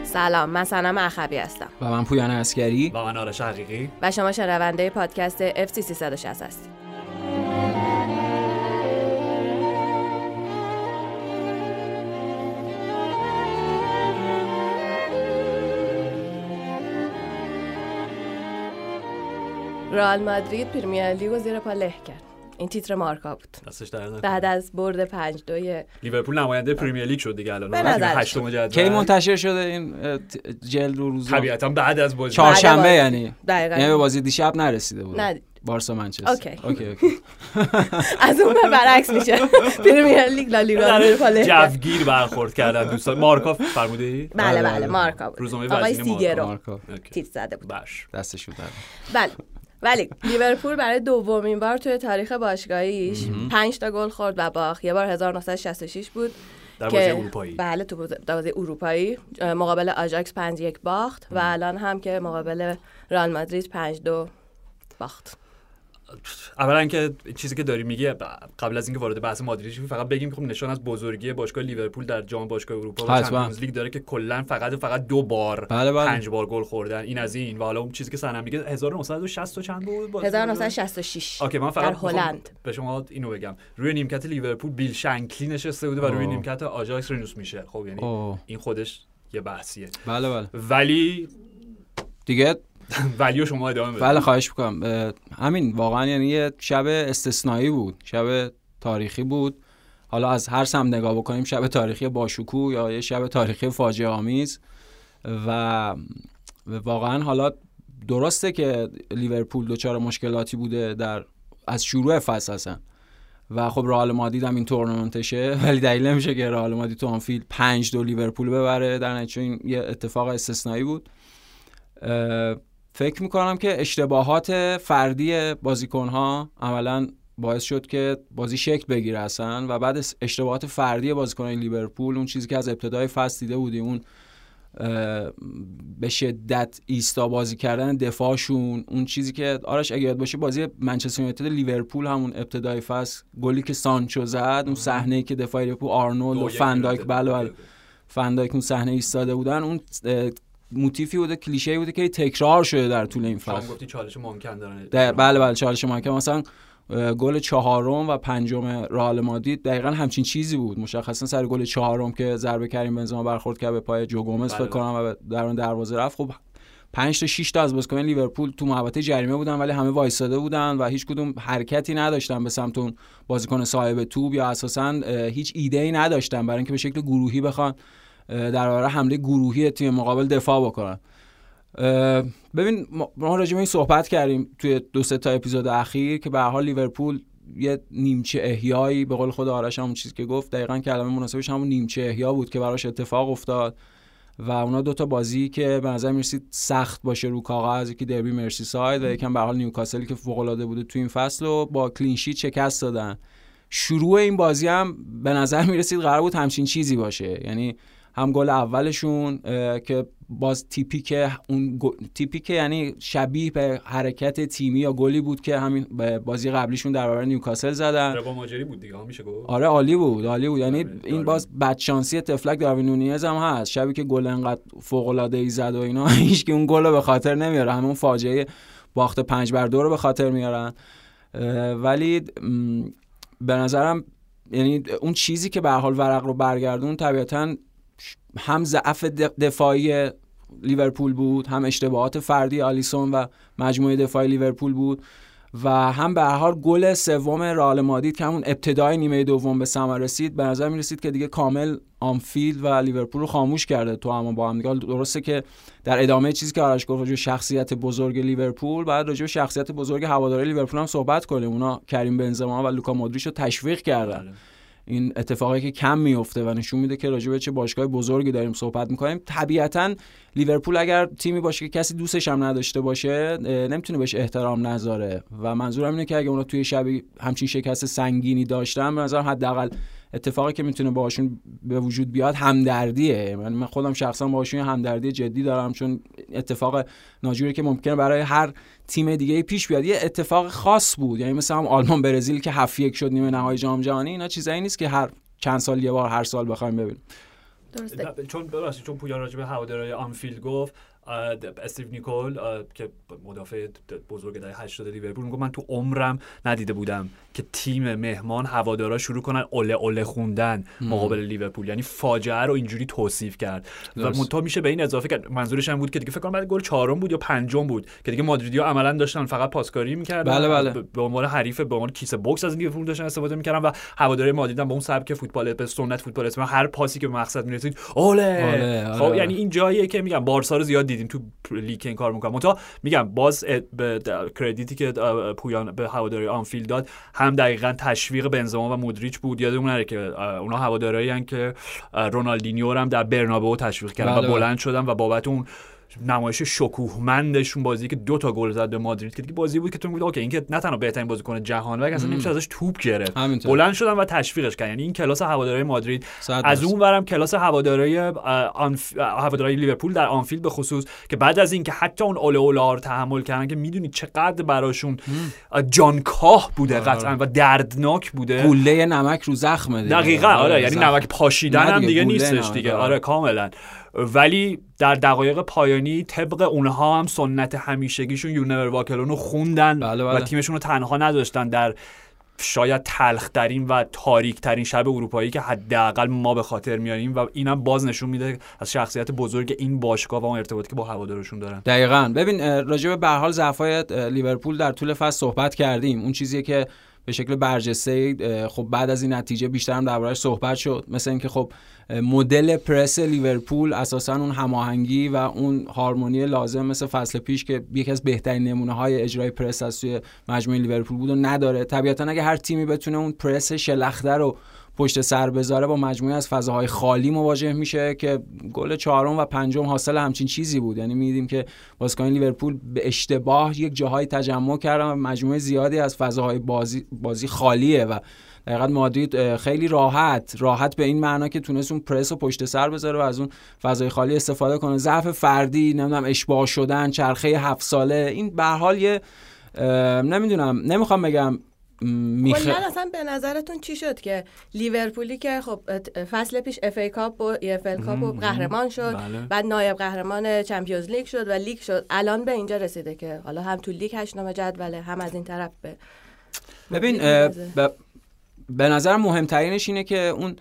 سلام، من صنم اخوی هستم و من پویان عسکری و من آرش حقیقی و شما شنونده پادکست FC 360 هستید. رئال مادرید پرمیر لیگ رو زیر پا له کرد. این تیتر مارکا بود. دستش در نکنه. بعد از برد 5-2 لیورپول نماینده پرمیر لیگ شد دیگه الان. هشتم جدول. کی منتشر شده این جلد رو روزا؟ طبیعتا بعد از بازی چهارشنبه، یعنی به بازی دیشب نرسیده بود. نه. بارسا منچستر. اوکی. از اون به برعکس میشه. پرمیر لیگ لالیگا رو پاله جوگیر برخورد کردن دوستان. مارکا فرمودی؟ بله مارکا بود. روزنامه آقای وزین سیگرو تیتر زده بود. باش. دستشون در. بله. ولی لیورپول برای دومین بار توی تاریخ باشگاهیش 5 تا گل خورد و باخت. یه بار 1966 بود در بازی اروپایی. بله، تو بازی اروپایی مقابل آژاکس 5-1 باخت و الان هم که مقابل رئال مادرید 5-2 باخت. اولا که چیزی که داری میگی قبل از اینکه وارد بحث مادرید شیم فقط بگیم خب نشان از بزرگی باشگاه لیورپول در جام باشگاه اروپا و چمپیونز لیگ داره که کلا فقط 2 بار 5 بار گل خوردن. این از این. و حالا اون چیزی که سنم میگه 1960 و چند بود؟ 1966 اوکی، من فقط در هلند به شما اینو بگم. روی نیمکت لیورپول بیل شنکلی نشسته بوده و روی نیمکت آژاکس رینوس میشل. خب یعنی این خودش یه بحثیه. بله. ولی دیگه ولیو شما ادامه بدید. بله خواهش میکنم. همین واقعا یعنی یه شب استثنایی بود، شب تاریخی بود. حالا از هر سمت نگاه بکنیم، شب تاریخی باشکوه یا یه شب تاریخی فاجعه آمیز. و واقعا حالا درسته که لیورپول دچار مشکلاتی بوده از شروع فصل هستن و خب رئال مادرید هم این تورنمنتشه، ولی دلیل نمیشه که رئال مادرید تو آنفیلد 5-2 لیورپول ببره. در نتیجه این یه اتفاق استثنایی بود. فکر میکنم که اشتباهات فردی بازیکن‌ها عملاً باعث شد که بازی شکل بگیره اصلا و بعد اشتباهات فردی بازیکنان لیورپول، اون چیزی که از ابتدای فصل دیده بودیم، اون به شدت ایستا بازی کردن دفاعشون، اون چیزی که آرش اگه یاد باشه بازی منچستر یونایتد لیورپول همون ابتدای فصل گلی که سانچو زد، اون صحنه‌ای که دفاع لیورپول آرنولد و فندایک فندایک اون صحنه ایستاده بودن، اون موتیفی بوده، کلیشه‌ای بوده که تکرار شده در طول این فصل. شما گفتی چالش ممکن دارن. بله چالش ممکن. مثلا گل 4 و 5 رئال مادرید دقیقاً همچین چیزی بود. مشخصا سر گل 4 که ضربه کریم بنزما برخورد کرد به پای جو گومز فکر کنم و در اون دروازه رفت. خب 5 تا 6 تا از بازیکنان لیورپول تو محوطه جریمه بودن ولی همه وایساده بودن و هیچ کدوم حرکتی نداشتن به سمت اون بازیکن صاحب توپ یا اساساً هیچ ایده‌ای نداشتن برای اینکه به شکل گروهی بخوان در برابر حمله گروهی تیم مقابل دفاع بکنن. ببین ما راجع به این صحبت کردیم توی 2-3 تا اپیزود اخیر که به هر حال لیورپول یه نیمچه احیایی، به قول خود آرش همون چیزی که گفت دقیقاً کلمه مناسبش همون نیمچه احیا بود که براش اتفاق افتاد و اونا 2 تا بازی که به نظر میرسید سخت باشه رو کاغذ، یکی دربی مرسیساید و یکم به هر حال نیوکاسل که فوق العاده بوده تو این فصل و با کلین شیت شکست دادن. شروع این بازی هم به نظر میرسید قرار بود همچین چیزی باشه، یعنی هم گل اولشون که باز تیپیک یعنی شبیه به حرکت تیمی یا گلی بود که همین بازی قبلیشون در برابر نیوکاسل زدن. ربا ماجری بود دیگه، میشه گفت. آره عالی بود. یعنی این باز بدشانسی تفلک داروین نونیز هم هست. شبی که گل انقدر فوق العاده ای زد و اینا هیچ کی اون گل رو به خاطر نمیاره، همون فاجعه باخت 5-2 رو به خاطر میارن. ولی به نظرم یعنی اون چیزی که به هر حال ورق رو برگردون طبیعتاً هم ضعف دفاعی لیورپول بود، هم اشتباهات فردی آلیسون و مجموعه دفاعی لیورپول بود و هم به هر حال گل سوم رئال مادرید که همون ابتدای نیمه دوم به ثمر رسید، به نظر می‌رسید که دیگه کامل آنفیلد و لیورپول رو خاموش کرده تو هم با هم دیگه. درسته که در ادامه چیزی که آرش گفت راجع به شخصیت بزرگ لیورپول، بعد راجع به شخصیت بزرگ هواداری لیورپول هم صحبت کنیم. اونا کریم بنزما و لوکا مودریچ رو تشویق کردن. این اتفاقی که کم میفته و نشون میده که راجع به چه باشگاه بزرگی داریم صحبت میکنیم. طبیعتاً لیورپول اگر تیمی باشه که کسی دوستش هم نداشته باشه نمیتونه بهش احترام نذاره و منظورم اینه که اگه اونا توی شبی همچین شکست سنگینی داشتن، به نظرم حداقل اتفاقی که میتونه باهاشون به وجود بیاد همدردیه. من خودم شخصا باهاشون همدردی جدی دارم، چون اتفاق ناجوری که ممکنه برای هر تیم دیگه پیش بیاد یه اتفاق خاص بود. یعنی مثلا آلمان برزیل که 7-1 شد نیمه نهایی جام جهانی، اینا چیزایی نیست که هر چند سال یه بار هر سال بخوایم ببینیم. درسته. چون پویان راجع به هوادارهای آنفیلد گفت، استیو نیکول که مدافع بزرگ دهه 80 لیورپول میگه من تو عمرم ندیده بودم که تیم مهمان هوادارا شروع کنن اوله اوله خوندن مقابل لیورپول، یعنی فاجعه رو اینجوری توصیف کرد. و منتها میشه به این اضافه کرد منظورش هم بود که دیگه فکر کنم بعد گل چهارم بود یا پنجم بود که دیگه مادریدیا عملا داشتن فقط پاسکاری میکردن، به عنوان حریف به عنوان کیسه باکس از لیورپول داشتن استفاده میکردن و هوادارهای مادرید هم با اون سبک فوتبال به سنت فوتبال اسم هر پاسی که به مقصد میرسید اوله. خب یعنی این جاییه که میگم بارسا رو زیاد دیدیم تو لیگ این کار میکنن. منتها میگم باز به کردیتی که پویان به هواداری آنفیلد داد هم دقیقاً تشویق بنزما و مودریچ بود. یادمون نره که اونا هوادارایی ان که رونالدینیو هم در برنابئو تشویق کردن و بلند شدن و بابت اون نمایش شکوهمندشون بازی که 2 تا گل زد به مادرید که دیگه بازی بود که تو میگی اوکی این که نه تنها بهترین بازیکن جهان بلکه اصلا نمیشه ازش توپ گرفت، بلند شدن و تشویقش کردن. یعنی این کلاس هوادارهای مادرید. از اون ورم کلاس هوادارهای لیورپول در آنفیلد به خصوص که بعد از این که حتی اون اوله اوله رو تحمل کردن که میدونید چقدر براشون جانکاه بوده قطعا و دردناک بوده، گوله نمک رو زخمه. دقیقاً آره، یعنی نمک پاشیدن هم دیگه نیستش دیگه. آره کاملا. ولی در دقایق پایانی طبق اونها هم سنت همیشگیشون یونیور واکلون رو خوندن و تیمشون رو تنها نذاشتن در شاید تلخ‌ترین و تاریک‌ترین شب اروپایی که حداقل ما به خاطر میاریم و اینم باز نشون میده از شخصیت بزرگ این باشگاه و اون ارتباطی که با هوادارشون دارن. دقیقاً. ببین راجع به هر حال ضعف‌های لیورپول در طول فصل صحبت کردیم. اون چیزیه که به شکل برجسته خب بعد از این نتیجه بیشتر هم درباره‌اش صحبت شد، مثلا اینکه خب مدل پرس لیورپول اساساً اون هماهنگی و اون هارمونی لازم مثل فصل پیش که یکی از بهترین نمونه‌های اجرای پرس از توی مجموعه لیورپول بود و نداره. طبیعتاً اگه هر تیمی بتونه اون پرس شلخته رو پشت سر بذاره با مجموعه از فضاهای خالی مواجه میشه که گل 4 و 5 حاصل همچین چیزی بود. یعنی می‌دیدیم که بازیکنان لیورپول به اشتباه یک جاهای تجمع کردن و مجموعه زیادی از فضاهای بازی خالیه و دقیقاً مادرید خیلی راحت به این معنا که تونست اون پرس رو پشت سر بذاره و از اون فضای خالی استفاده کنه. ضعف فردی، نمیدونم اشباع شدن، چرخه 7 ساله، این به هر حال یه نمیدونم، نمیخوام بگم کلا اصلا به نظرتون چی شد که لیورپولی که خب فصل پیش اف ای کاپ و اف ال کاپ و قهرمان شد، بعد نایب قهرمان چمپیونز لیگ شد و لیگ شد، الان به اینجا رسیده که حالا هم تو لیگ 8 جدوله هم از این طرف به ببین به نظر مهمترینش اینه که اون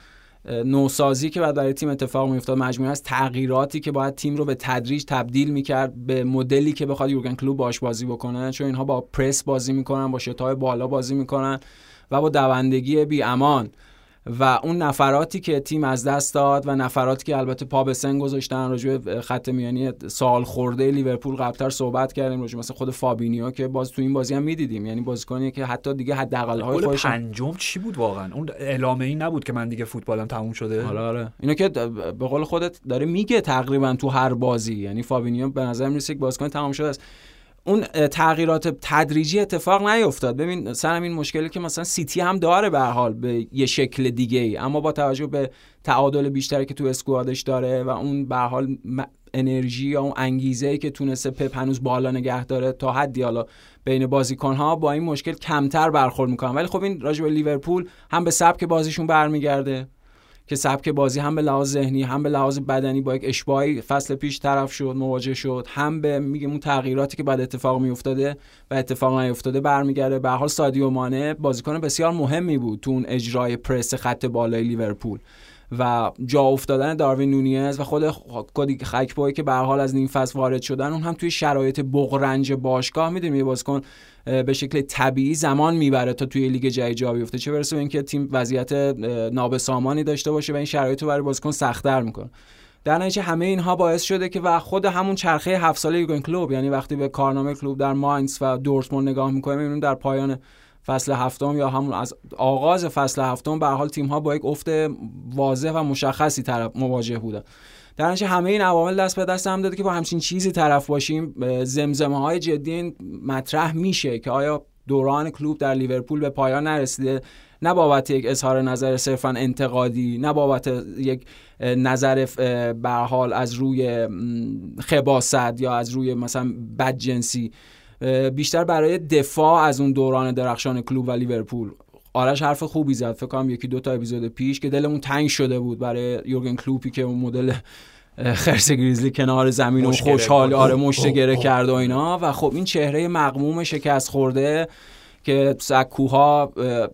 نوسازی که بعد برای تیم اتفاق میافتاد، مجموعه از تغییراتی که باید تیم رو به تدریج تبدیل میکرد به مدلی که بخواد یورگن کلوپ باهاش بازی بکنه، چون اینها با پرس بازی میکنن، با شتای بالا بازی میکنن و با دوندگی بی امان و اون نفراتی که تیم از دست داد و نفراتی که البته پا به سن گذاشتن. راجع به خط میانی سال خورده لیورپول قبلتر صحبت کردیم، راجع مثلا خود فابینیو که باز تو این بازی هم میدیدیم، یعنی بازیکنی که حتی دیگه حداقل‌های خودش پنجم چی بود واقعا، اون اعلامه ای نبود که من دیگه فوتبالم تموم شده. آره اینو که به قول خودت داره میگه تقریبا تو هر بازی، یعنی فابینیو به نظر میرسه که بازیکن تمام شده است. اون تغییرات تدریجی اتفاق نیفتاد. ببین سر این مشکلی که مثلا سیتی هم داره به هر حال به یه شکل دیگه ای، اما با توجه به تعادل بیشتری که تو اسکوادش داره و اون به هر حال انرژی یا اون انگیزه‌ای که تونسته پپ هنوز بالا نگه داره تا حدی، حالا بین بازیکن‌ها با این مشکل کمتر برخورد می‌کنن. ولی خب این راجع به لیورپول هم به سبک بازیشون برمیگرده که سبک بازی هم به لحاظ ذهنی هم به لحاظ بدنی با یک اشباعی فصل پیش طرف شد، مواجه شد، هم به میگم اون تغییراتی که بعد اتفاق میافتاده و اتفاق نیافتاده برمیگرده. به هر حال سادیو مانه بازیکن بسیار مهمی بود تو اون اجرای پرس خط بالای لیورپول و جا افتادن داروین نونیز و خود کودی خکبوی که به هر حال از نیم فصل وارد شدن، اون هم توی شرایط بغرنج باشگاه میدونیم یه بازیکن به شکل طبیعی زمان میبره تا توی لیگ جای جا بیفته، چه برسه به اینکه تیم وضعیت نابسامانی داشته باشه و این شرایط رو برای بازیکن سخت‌تر میکنه. در نتیجه همه اینها باعث شده که و خود همون چرخه 7 ساله یورگن کلوپ، یعنی وقتی به کارنامه کلوپ در ماینز و دورتموند نگاه میکنیم میبینیم در پایان فصل هفتم یا همون از آغاز فصل هفتم به هر حال تیم‌ها با یک افت واضح و مشخصی طرف مواجه بودن. در نتیجه همه این عوامل دست به دست هم داده که با همچین چیزی طرف باشیم. زمزمه‌های جدی مطرح میشه که آیا دوران کلوپ در لیورپول به پایان نرسیده، نه بابت یک اظهار نظر صرفاً انتقادی، نه بابت یک نظر به هر حال از روی خباثت یا از روی مثلا بدجنسی، بیشتر برای دفاع از اون دوران درخشان کلوب و لیورپول. آرش حرف خوبی زد فکر کنم 1-2 تا اپیزود پیش که دلمون تنگ شده بود برای یورگن کلوپی که اون مدل خرس گریزلی کنار زمین و خوشحال مشت گره کرد و اینا و خب این چهره مغموم شکست خورده که سکوها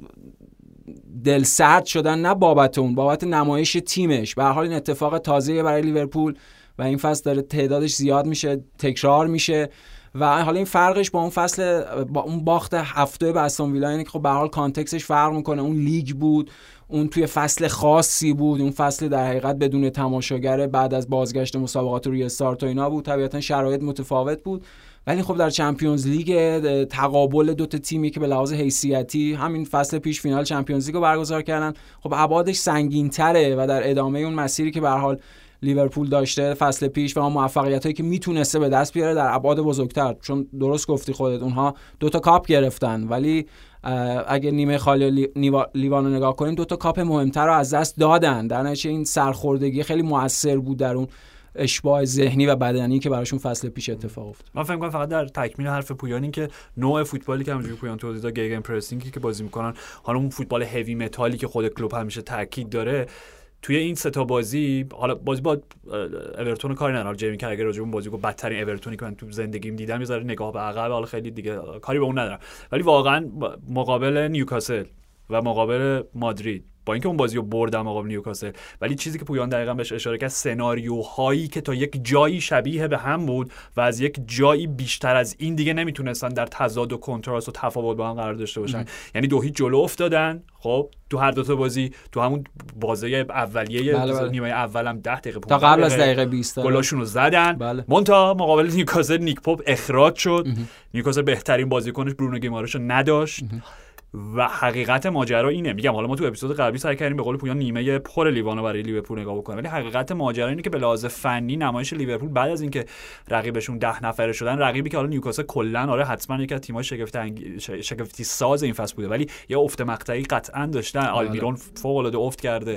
دل سرد شدن نه بابت اون، بابت نمایش تیمش. به هر حال این اتفاق تازه‌ای برای لیورپول و این فصل داره تعدادش زیاد میشه، تکرار میشه و حالا این فرقش با اون فصل با اون باخت هفته به استون ویلا اینه که خب به هر حال کانتکستش فرق میکنه. اون لیگ بود، اون توی فصل خاصی بود، اون فصل در حقیقت بدون تماشاگر بعد از بازگشت مسابقات روی استارت و اینا بود، طبیعتا شرایط متفاوت بود. ولی خب در چمپیونز لیگ تقابل دو تا تیمی که به لحاظ حیثیتی همین فصل پیش فینال چمپیونز لیگ رو برگزار کردن، خب ابعادش سنگین‌تره و در ادامه اون مسیری که به هر حال لیورپول داشته فصل پیش و اون موفقیتایی که میتونسته به دست بیاره در ابعاد بزرگتر، چون درست گفتی خودت اونها 2 تا کاپ گرفتن ولی اگه نیمه خالی لیوان رو نگاه کنیم 2 تا کاپ مهمتر رو از دست دادن. در نتیجه این سرخوردگی خیلی مؤثر بود در اون اشباع ذهنی و بدنی که براشون فصل پیش اتفاق افتاد. من فکر می‌کنم فقط در تکمیل حرف پویان این که نوع فوتبالی که همونجوری پویان توضیح داد، گیگن پرسینگی که بازی می‌کنن، حالا اون فوتبال هیوی متالی که خود کلوب همیشه تاکید داره توی این سه تا بازی، حالا بازی با اورتون کاری ندارم، جیمی کرگر راجع به اون بازی گفت بدترین اورتونی که من تو زندگیم دیدم، یه ذره نگاه به عقب، حالا خیلی دیگه کاری به اون ندارم، ولی واقعا مقابل نیوکاسل و مقابل مادرید با اینکه اون بازی رو بردم مقابل نیوکاسل، ولی چیزی که پویان دقیقاً بهش اشاره کرد سناریوهایی که تا یک جایی شبیه به هم بود و از یک جایی بیشتر از این دیگه نمیتونستن در تضاد و کنتراست و تفاوت با هم قرار داشته باشن. یعنی 2-0 جلو افتادن، خب تو هر دو تا بازی، تو همون بازی اولیه نیمه اولم 10 دقیقه تا قبل از دقیقه 20 گلاشون رو زدن. مونتا مقابل نیوکاسل نیک پاپ اخراج شد. نیوکاسل بهترین بازیکنش برونو گیمارش رو نداشت. و حقیقت ماجرا اینه، میگم حالا ما تو اپیزود قبلی سعی کردیم به قول پویان نیمه پر لیوانو برای لیورپول نگاه بکنیم، ولی حقیقت ماجرا اینه که به لحاظ فنی نمایش لیورپول بعد از اینکه رقیبشون 10 نفره شدن، رقیبی که حالا نیوکاسل کلا آره حتما یکی از تیم‌های شگفتی ساز این فصل بوده، ولی یه افت مقطعی قطعا داشتن. آلمیرون فوق‌العاده افت کرده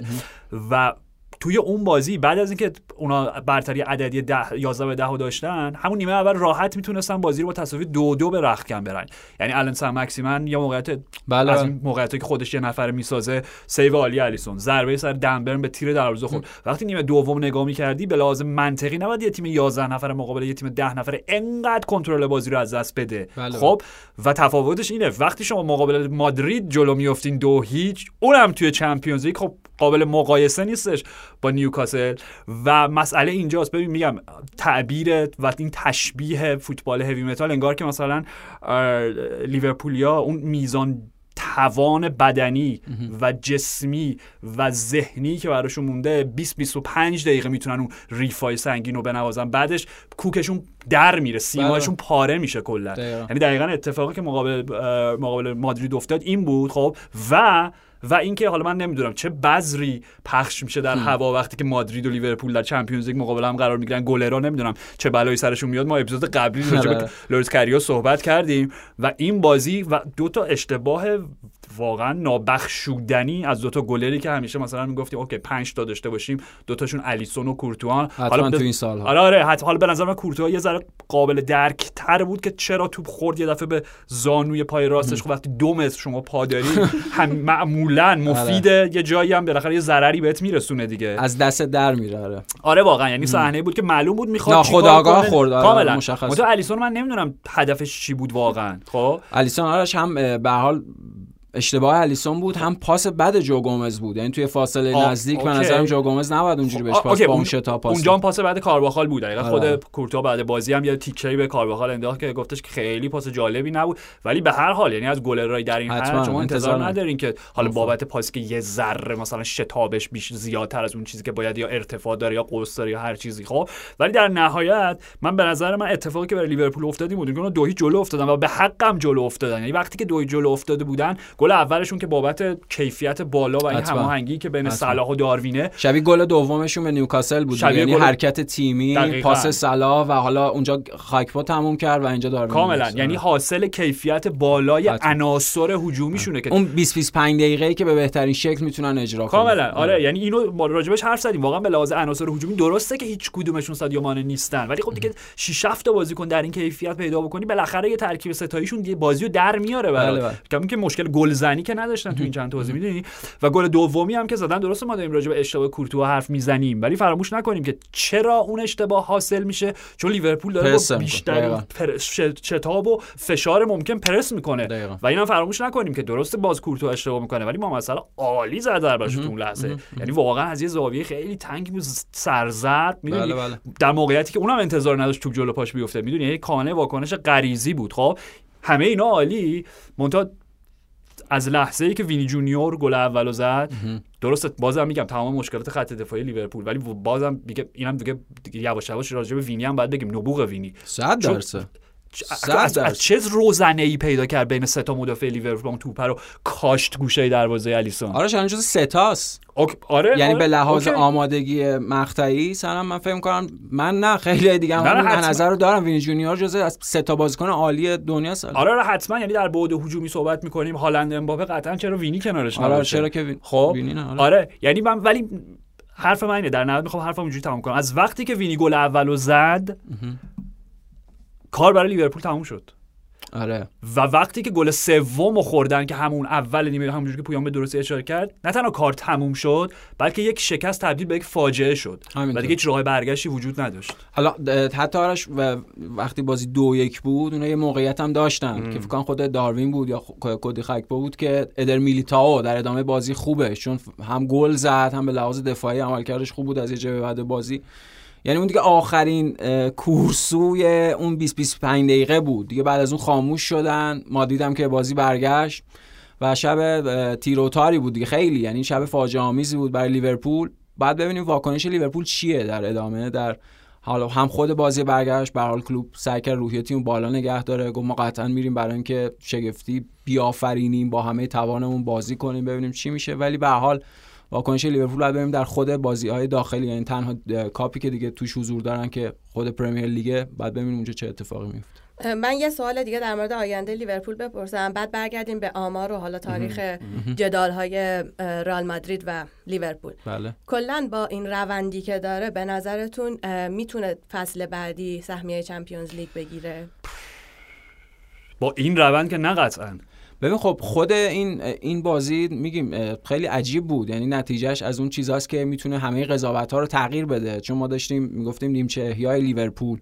و توی اون بازی بعد از اینکه اونا برتری عددی 11-10 داشتن، همون نیمه اول راحت میتونستن بازی رو با تساوی 2-2 به رختکن برن. یعنی الان سن ماکسیمن یه موقعیت از این موقعیتی که خودش یه نفر میسازه، سیو عالی الیسون، ضربه سر دنبرن به تیر دروازه خورد. وقتی نیمه دوم نگاه می‌کردی به لحاظ منطقی نباید یه تیم 11 نفره مقابل یه تیم 10 نفره انقدر کنترل بازی رو از دست بده. خب و تفاوتش اینه وقتی شما مقابل مادرید جلو میافتین 2-0، اونم توی چمپیونز لیگ خب قابل مقایسه نیستش با نیوکاسل. و مسئله اینجاست، ببین میگم تعبیر و این تشبیه فوتبال هیوی متال انگار که مثلا لیورپولیا اون میزان توان بدنی و جسمی و ذهنی که براشون مونده 20-25 دقیقه میتونن اون ریفای سنگین رو بنوازن، بعدش کوکشون در میره، سیماشون پاره میشه کلا. یعنی دقیقاً اتفاقی که مقابل مادرید افتاد این بود. خب و اینکه حالا من نمیدونم چه بذری پخش میشه در هوا وقتی که مادرید و لیورپول در چمپیونز لیگ مقابل هم قرار میگیرن، گلرها نمیدونم چه بلایی سرشون میاد. ما اپیزود قبلی راجع به لوریس کاریو صحبت کردیم و این بازی و 2 تا اشتباه واقعا نابخشودنی از 2 تا گلری که همیشه مثلا میگفتیم اوکی 5 تا داشته باشیم، 2 تاشون الیسون و کورتوان. حالا تو این سال آره حالا به نظر من کورتوان یه ذره قابل درک تر بود که چرا توپ خورد یه دفعه به زانوی پای راستش. خب وقتی 2 متر شما پا داری هم معمولا مفیده، یه جایی هم بالاخره یه ضرری بهت میرسونه دیگه، از دست در میره. آره واقعا یعنی صحنه بود که معلوم بود میخواد خودآگاه خورد کاملا مشخص. تو الیسون من نمیدونم هدفش چی بود واقعا. خب الیسون آرش هم به حال اشتباه الیسون بود، هم پاس بد جو گومز بود. یعنی توی فاصله نزدیک به نظرم جو گومز نباید اونجوری بهش پاس با اون شتا پاس. اونجا پاس بعد کارواخال بود. دقیقاً خود کورتوا بعد بازی هم یه تیکه‌ای به کارواخال انداخت که گفتش که خیلی پاس جالبی نبود، ولی به هر حال یعنی از گلرای در این حد شما انتظار ندارین که حالا بابت پاسی که یه ذره مثلا شتابش بیش زیادتر از اون چیزی که باید یا ارتفاع داره یا قوس داره یا هر چیزی. خب ولی در نهایت من به نظر من اتفاقی که برای لیورپول افتاد بود که اونها 2-0 جلو افتادن و به حقم جلو افتادن. یعنی وقتی که 2-0 جلو افتاده بودن، گل اولشون که بابت کیفیت بالا و این هماهنگی که بین صلاح و داروینه، شبیه گل دومشون به نیوکاسل بود، یعنی حرکت تیمی، پاس صلاح و حالا اونجا خاکپا تموم کرد و اینجا داروین کاملا. یعنی حاصل کیفیت بالای عناصر هجومیشونه که اون 20-25 دقیقه‌ای که به بهترین شکل میتونن اجرا کنن. کاملا آره. یعنی اینو ما راجبش حرف زدیم، واقعا به لحاظ عناصر هجومی درسته که هیچ کدومشون سادیو مانه نیستن، ولی خب دیگه 6-7 تا بازیکن در این کیفیت پیدا بکنی، بالاخره یه ترکیب ستاییشون بازیو در میاره برات. کمی که مشکل گلزنی که نداشتن تو این چند تا بازی میدونی. و گل دومی هم که زدن، درسته ما داریم راجع به اشتباه کورتوا حرف میزنیم ولی فراموش نکنیم که چرا اون اشتباه حاصل میشه، چون لیورپول داره با بیشتر شتاب و فشار ممکن پرس میکنه و اینا فراموش نکنیم که درسته باز کورتوا اشتباه میکنه ولی ما مثلا عالی زد ضربه‌اش تو اون لحظه، یعنی واقعا از یه زاویه خیلی تنگی بود سرزرد میدونی در موقعیتی که اونم انتظار نداشت توپ جلو پاش بیفته میدونی، یه کاملا واکنش غریزی بود. خب همه اینا عالی، منتها از لحظه‌ای که وینی جونیور گل اولو زد درسته بازم میگم تمام مشکلات خط دفاعی لیورپول، ولی بازم میگه اینم دیگه یواش یواش راجع به وینی هم باید بگیم نبوغ وینی 100% از چه روزنه‌ای پیدا کرد بین سه تا مدافع لیورپول اون توپ رو کاشت گوشه دروازه الیسون. آره شاید جز سه تاست. آره یعنی به لحاظ آمادگی مقطعی سلام من فکر می‌کنم من نه خیلی دیگه هم نظر رو دارم وینی جونیور جزو از سه تا بازیکن عالی دنیا سال. آره حتما، یعنی در بعد هجومی صحبت می‌کنیم هالند امباپه قطعا چرا وینی کنارش نباشه. آره چرا که خب وینی نه. آره یعنی من ولی حرف من اینه در نهایت می‌خوام حرفم اینجوری تموم کنم، از وقتی که وینی گل اولو زد کار برای لیورپول تموم شد. آره و وقتی که گل سومو خوردن که همون اول نیمه همونجوری که پویان به درستی اشاره کرد نه تنها کار تموم شد بلکه یک شکست تبدیل به یک فاجعه شد و دیگه هیچ راه برگشتی وجود نداشت. حالا حتی آرش وقتی بازی 2-1 بود اونا یه موقعیت هم داشتن که فکر کنم خود داروین بود یا کودی خاکپو بود که ادر میلیتائو در ادامه بازی خوبه چون هم گل زد هم به لحاظ دفاعی عملکردش خوب بود از یه جا به بعد بازی، یعنی اون دیگه آخرین کورسوی اون 20-25 دقیقه بود دیگه، بعد از اون خاموش شدن. ما دیدم که بازی برگشت و شب تیروتاری بود دیگه خیلی، یعنی شب فاجعه آمیزی بود برای لیورپول. بعد ببینیم واکنش لیورپول چیه در ادامه. در حالا هم خود بازی برگشت به هر حال کلوب سعی کرد روحیه تیم بالا نگه داره، گفت ما قطعا میریم برای اینکه شگفتی بیافرینیم با همه توانمون بازی کنیم ببینیم چی میشه، ولی به هر حال واکنش لیورپول رو ببینیم در خود بازی‌های داخلی، یعنی تنها کاپی که دیگه توش حضور دارن که خود پرمیر لیگه، بعد ببینیم اونجا چه اتفاقی میفته. من یه سوال دیگه در مورد آینده لیورپول بپرسم بعد برگردیم به آمار و حالا تاریخ جدال‌های رئال مادرید و لیورپول. بله. کلاً با این روندی که داره به نظرتون میتونه فصل بعدی سهمیه چمپیونز لیگ بگیره؟ با این روند که نه قطعاً. ببین خب خود این بازی میگیم خیلی عجیب بود، یعنی نتیجهش از اون چیزاست که میتونه همه قضاوت‌ها رو تغییر بده، چون ما داشتیم میگفتیم نیمچه احیای لیورپول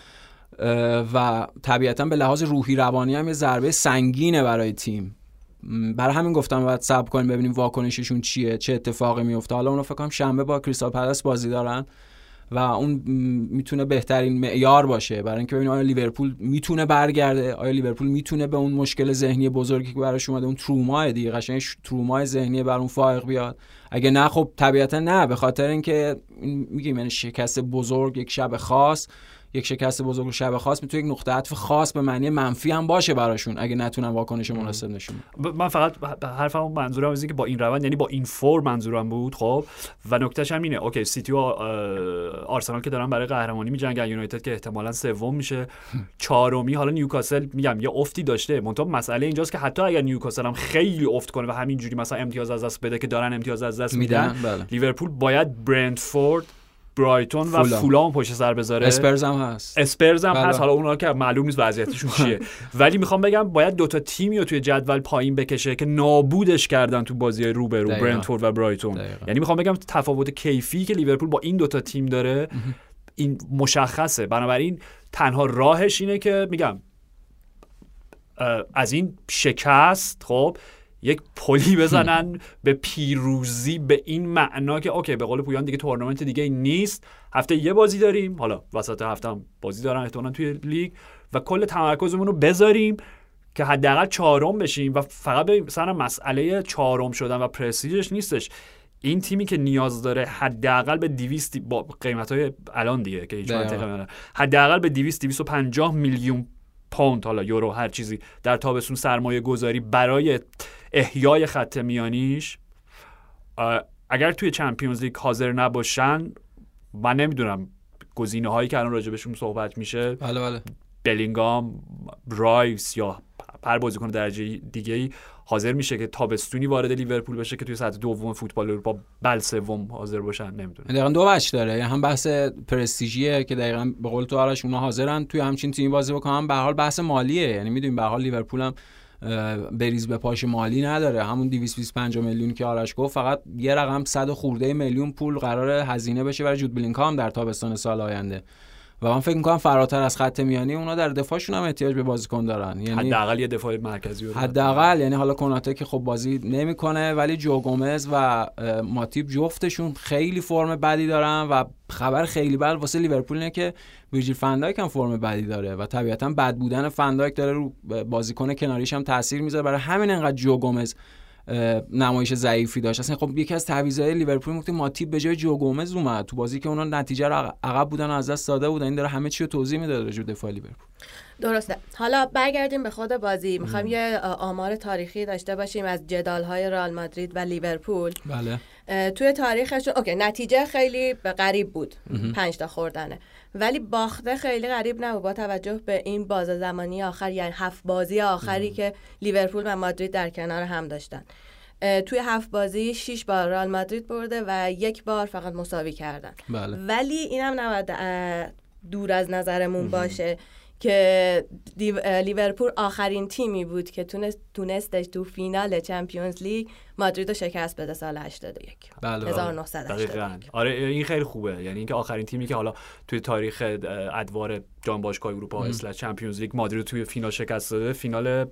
و طبیعتاً به لحاظ روحی روانی هم یه ضربه سنگینه برای تیم، برای همین گفتم باید صبر کنیم ببینیم واکنششون چیه، چه اتفاقی میفته. حالا اونو فکر کنم شنبه با کریستال پالاس بازی دارن و اون میتونه بهترین معیار باشه برای اینکه ببینیم آیا لیورپول میتونه برگرده، آیا لیورپول میتونه به اون مشکل ذهنی بزرگی که براش اومده، اون تروما دیگه قشنگ ترومای ذهنی بر اون فائق بیاد. اگه نه خب طبیعتا نه، به خاطر اینکه میگیم یعنی شکست بزرگ یک شب خاص، یک شکست بزرگ و شب خاص میتونه یک نقطه عطف خاص به معنی منفی هم باشه براشون اگه نتونن واکنش مناسب نشون. من فقط حرفم منظورم از اینه که با این روند، یعنی با این فور منظورم بود. خب و نکتهش هم اینه اوکی سیتی و آرسنال که دارن برای قهرمانی میجنگن، یونایتد که احتمالاً سوم میشه، چهارمی حالا نیوکاسل میگم یه افتی داشته، منتها مسئله اینجاست که حتی اگر نیوکاسل هم خیلی افت کنه و همینجوری مثلا امتیاز از دست بده که دارن امتیاز از دست میدن، لیورپول باید برنتفورد، برایتون و فولام پشت سر بذاره. اسپرز هم هست. حالا اونها که معلوم نیست وضعیتشون چیه، ولی میخوام بگم باید دوتا تیمی رو توی جدول پایین بکشه که نابودش کردن تو بازی‌های روبرو، برنتفورد و برایتون. یعنی میخوام بگم تفاوت کیفی که لیورپول با این دوتا تیم داره این مشخصه، بنابراین تنها راهش اینه که میگم از این شکست خب یک پلی بزنن به پیروزی، به این معنا که اوکی به قول پویان دیگه تورنمنت دیگه نیست، هفته یه بازی داریم، حالا وسط هفته هم بازی دارن احتمالاً توی لیگ و کل تمرکزمون رو بذاریم که حداقل چهارم بشیم و فقط به سر مسئله چهارم شدن و پرستیژش نیستش. این تیمی که نیاز داره حداقل به 200 با قیمت‌های الان دیگه که هیچ منطقی نداره، حداقل به 250 میلیون پوند حالا یورو هر چیزی در تابستون سرمایه گذاری برای احیای خط میانیش. اگر توی چمپیونز لیگ حاضر نباشن، من نمیدونم گزینه هایی که الان راجع بهشون صحبت میشه، بله بلینگام، رایس یا هر بازیکن درجه دیگه‌ای حاضر میشه که تابستونی وارد لیورپول بشه که توی سطح دوم فوتبال اروپا بل سوم حاضر باشن. نمیدونم دقیقاً دو بچ داره، هم بحث پرستیژیه که دقیقاً به قول تو آرش اونا حاضرن توی همچین تیمی بازی بکنن، به هر حال بحث مالیه، یعنی میدونیم به هر حال لیورپول هم بریز به پاش مالی نداره. همون 225 میلیون که آرش گفت فقط یه رقم 100 خورده میلیون پول قراره هزینه بشه برای جود بلینگهام در تابستان سال آینده و من فکر می‌کنم فراتر از خط میانی اونا در دفاعشون هم احتیاج به بازیکن دارن، یعنی حداقل یه دفاع مرکزی رو حداقل، یعنی حالا کناته که خب بازی نمیکنه ولی جو گومز و ماتیب جفتشون خیلی فرم بدی دارن و خبر خیلی بد واسه لیورپول اینه که ویرجیل فندایک هم فرم بدی داره و طبیعتاً بد بودن فندایک داره رو بازیکن کناریش هم تاثیر میذاره. برای همین انقدر جو گومز نمایش ضعیفی داشت. اصلا خب یکی از تعویضای لیورپول وقتی ماتیب به جای جو گومز اومد تو بازی که اونا نتیجه رو عقب بودن و از دست داده بودن، این داره همه چی رو توضیح میده راجع به دفاع لیورپول. درسته. حالا برگردیم به خود بازی. میخوام یه آمار تاریخی داشته باشیم از جدال‌های رئال مادرید و لیورپول. بله. توی تاریخشون اوکی نتیجه خیلی غریب بود، 5 تا خوردنه، ولی باخته خیلی غریب نبود با توجه به این باز زمانی آخر، یعنی 7 بازی آخری که لیورپول و مادرید در کنار هم داشتن. توی 7 بازی 6 بار رئال مادرید برده و 1 بار فقط مساوی کردن. بله. ولی اینم نباید دور از نظرمون باشه که لیورپول آخرین تیمی بود که تونستش تو فینال چمپیونز لیگ مادرید رو شکست بده سال 81. بله 1981. آره این خیلی خوبه، یعنی اینکه آخرین تیمی که حالا توی تاریخ ادوار جام باشگاه اروپا اسلش چمپیونز لیگ مادرید رو توی فینال شکست داده. فینال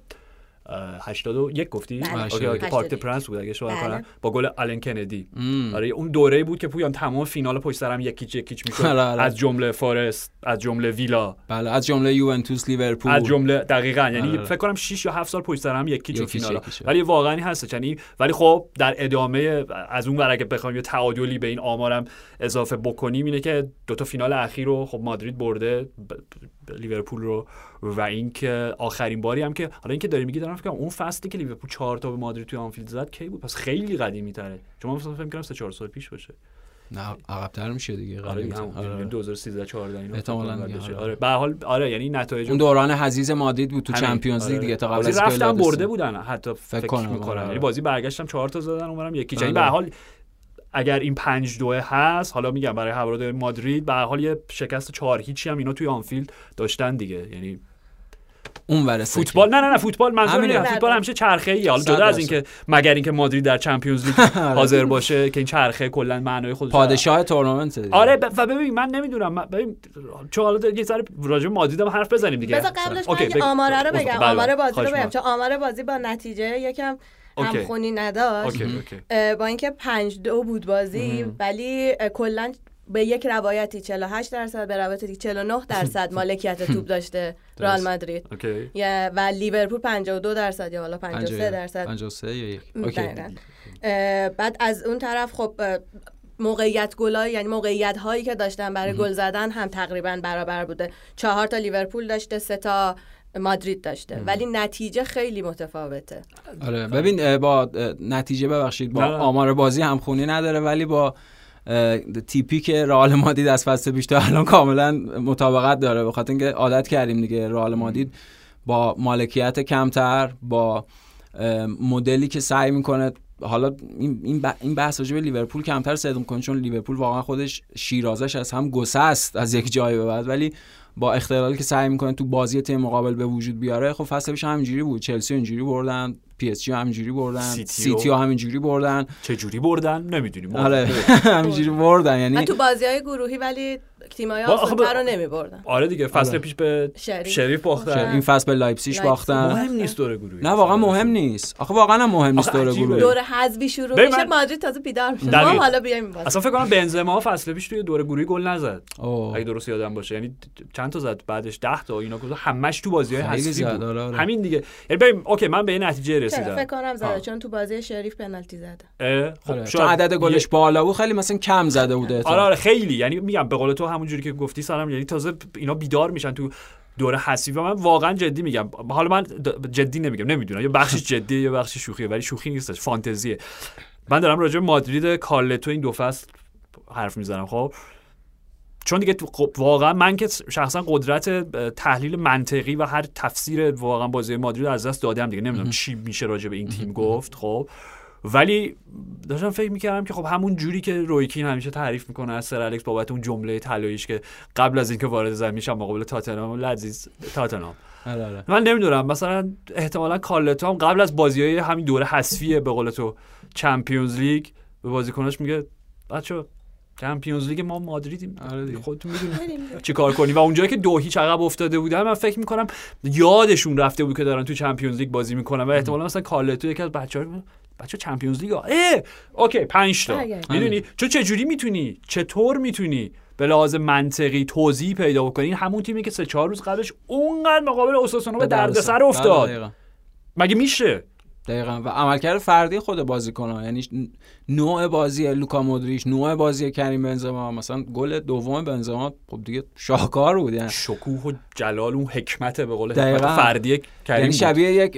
81 گفتی؟ اوکی پارک د پرنس بود اگه اشتباه نکنم با گل آلن کندی. آره اون دوره‌ای بود که پویان تمام فینال پشت سر هم یکیچ میشد، از جمله فارست، از جمله ویلا، بله از جمله یوونتوس، لیورپول، از جمله دقیقاً یعنی فکر کنم 6 یا 7 سال پشت سر هم یکیچ فینالا. ولی واقعا هست، یعنی ولی خب در ادامه از اون ور اگه بخوایم یه تعادلی به این آمارم اضافه بکنیم اینه که 2 تا فینال اخیر رو خب مادرید برده لیورپول رو و اینکه آخرین باری هم که حالا اینکه داری میگی دارم فکر کنم اون فصلی که لیورپول 4 تا به مادرید توی آنفیلد زد کی بود؟ پس خیلی قدیمی تره، چون من فکر کنم 3-4 سال پیش باشه. نه عقب‌تر میشه دیگه. آره 2013 14 اینا احتمالاً. آره به هر حال آره یعنی نتایج اون دوران حزیز مادرید بود تو چمپیونز لیگ دیگه تا قبل از رفتن برده بودن حتی فکر می‌کنم، یعنی بازی برگشتم 4 تا زدن اونورم یکی. یعنی به هر حال اگر این 5-2 هست، حالا میگم برای هوادار مادرید به هر حال یه شکست 4-0 هم اینا توی آنفیلد داشتن دیگه. یعنی اون ور فوتبال نه فوتبال منظور اینه فوتبال همیشه چرخه‌ایه، حالا جدا از اینکه مگر اینکه مادرید در چمپیونز لیگ حاضر باشه که این چرخه کلا معنای خودش پادشاه تورنمنت دیگه. آره و ببین من نمیدونم ببین چون حالا یه ذره راجع به مادرید هم حرف بزنیم دیگه. بذار قبلش من آمارا رو بگم، آمار بازی رو بگم چون آمار بازی با نتیجه یکم همخونی نداشت. با اینکه 5-2 بود بازی ولی کلا به یک روایتی 48% به روایتی 49% مالکیت توپ داشته رئال مادرید و لیورپول 52% یا حالا 53%. 53 یا 1. بعد از اون طرف خب موقعیت گلای یعنی موقعیت هایی که داشتن برای گل زدن هم تقریبا برابر بوده. 4 تا لیورپول داشته، 3 تا مادرید داشته، ولی نتیجه خیلی متفاوته. آره ببین با نتیجه ببخشید با آمار بازی همخونی نداره ولی با تیپی که رئال مادرید از فصل پیش تا الان کاملا مطابقت داره، به خاطر اینکه عادت کردیم دیگه رئال مادرید با مالکیت کمتر، با مدلی که سعی میکنه حالا این بحث راجع به لیورپول کمتر صدق میکنه چون لیورپول واقعا خودش شیرازش از هم گسه است از یک جایی به بعد، ولی با اختلالی که سعی میکنه تو بازی تیم مقابل به وجود بیاره. خب فصل پیش همینجوری بود، چلسی اینجوری بردن، پی اس جی همینجوری بردن، سیتی همینجوری بردن. چه جوری بردن نمیدونیم. آره همینجوری بردن، یعنی تو بازی‌های گروهی ولی تیم‌های آسان‌تر رو نمی‌بردن. آره دیگه فصل پیش به شریف باختن، این فصل به لایپزیگ باختن. مهم نیست دوره گروهی. نه واقعا مهم نیست. آخه واقعا هم مهم نیست دوره گروهی. دوره حذفی شروع میشه مادرید تازه بیدار میشه. ما حالا بیایم بازی. اصلا فکر کنم بنزما فصل پیش توی دوره گروهی گل نزد. اگه درست یادم باشه، یعنی چند تا زد بعدش 10 تا اینا گذاشت، همش تو بازی‌های حذفی بود. همین دیگه. یعنی بریم اوکی من به این نتیجه رسیدم. فکر کنم زد چون تو بازی شریف پنالتی زد. خب چون عدد گلش بالا بود خیلی مثلا کم زده بوده. آره خیلی، یعنی میگم به قول تو همونجوری که گفتی سلام، یعنی تازه اینا بیدار میشن تو دوره حذفی. و من واقعا جدی میگم، حالا من جدی نمیگم، نمیدونم یه بخشش جدیه یه بخشش شوخیه، ولی شوخی نیستش، فانتزیه. من دارم راجع به مادرید کارلتو این 2 فصل حرف میزنم. خب چون دیگه واقعا من که شخصا قدرت تحلیل منطقی و هر تفسیر واقعا بازی مادرید از دست دادم دیگه، نمیدونم چی میشه راجع به این تیم گفت. خب ولی داشتم فکر میکردم که خب همون جوری که روی کین همیشه تعریف میکنه از سر الکس بابت اون جمله طلاییش که قبل از اینکه وارد زمین شه مقابل تاتنهام لذیذ تاتنهام من نمیدونم مثلا احتمالاً کارلتو هم قبل از بازی‌های همین دوره حذفی به قول تو چمپیونز لیگ به بازیکناش میگه بچا چمپیونز لیگ ما مادریدیم، خودتون میدونید چیکار کنی. و اونجایی که 2-0 عقب افتاده بودن من فکر میکنم یادشون رفته بود که دارن تو چمپیونز لیگ بازی میکنن و احتمالاً مثلا کارلتو یکی از بچا چمپیونز لیگ اوکی 5 تا میدونی چه جوری میتونی چطور میتونی به لحاظ منطقی توضیح پیدا بکنی. همون تیمی که 3-4 روز قبلش اونقدر مقابل اوساسونا به دردسر افتاد مگه میشه؟ دقیقاً. و عملکرد فردی خود بازیکن‌ها، یعنی نوع بازی لوکا مودریچ، نوع بازی کریم بنزما، مثلا گل دوم بنزما خب دیگه شاهکار بود، یعنی شکوه و جلال و حکمت به قول فردی کریم، یعنی شبیه یک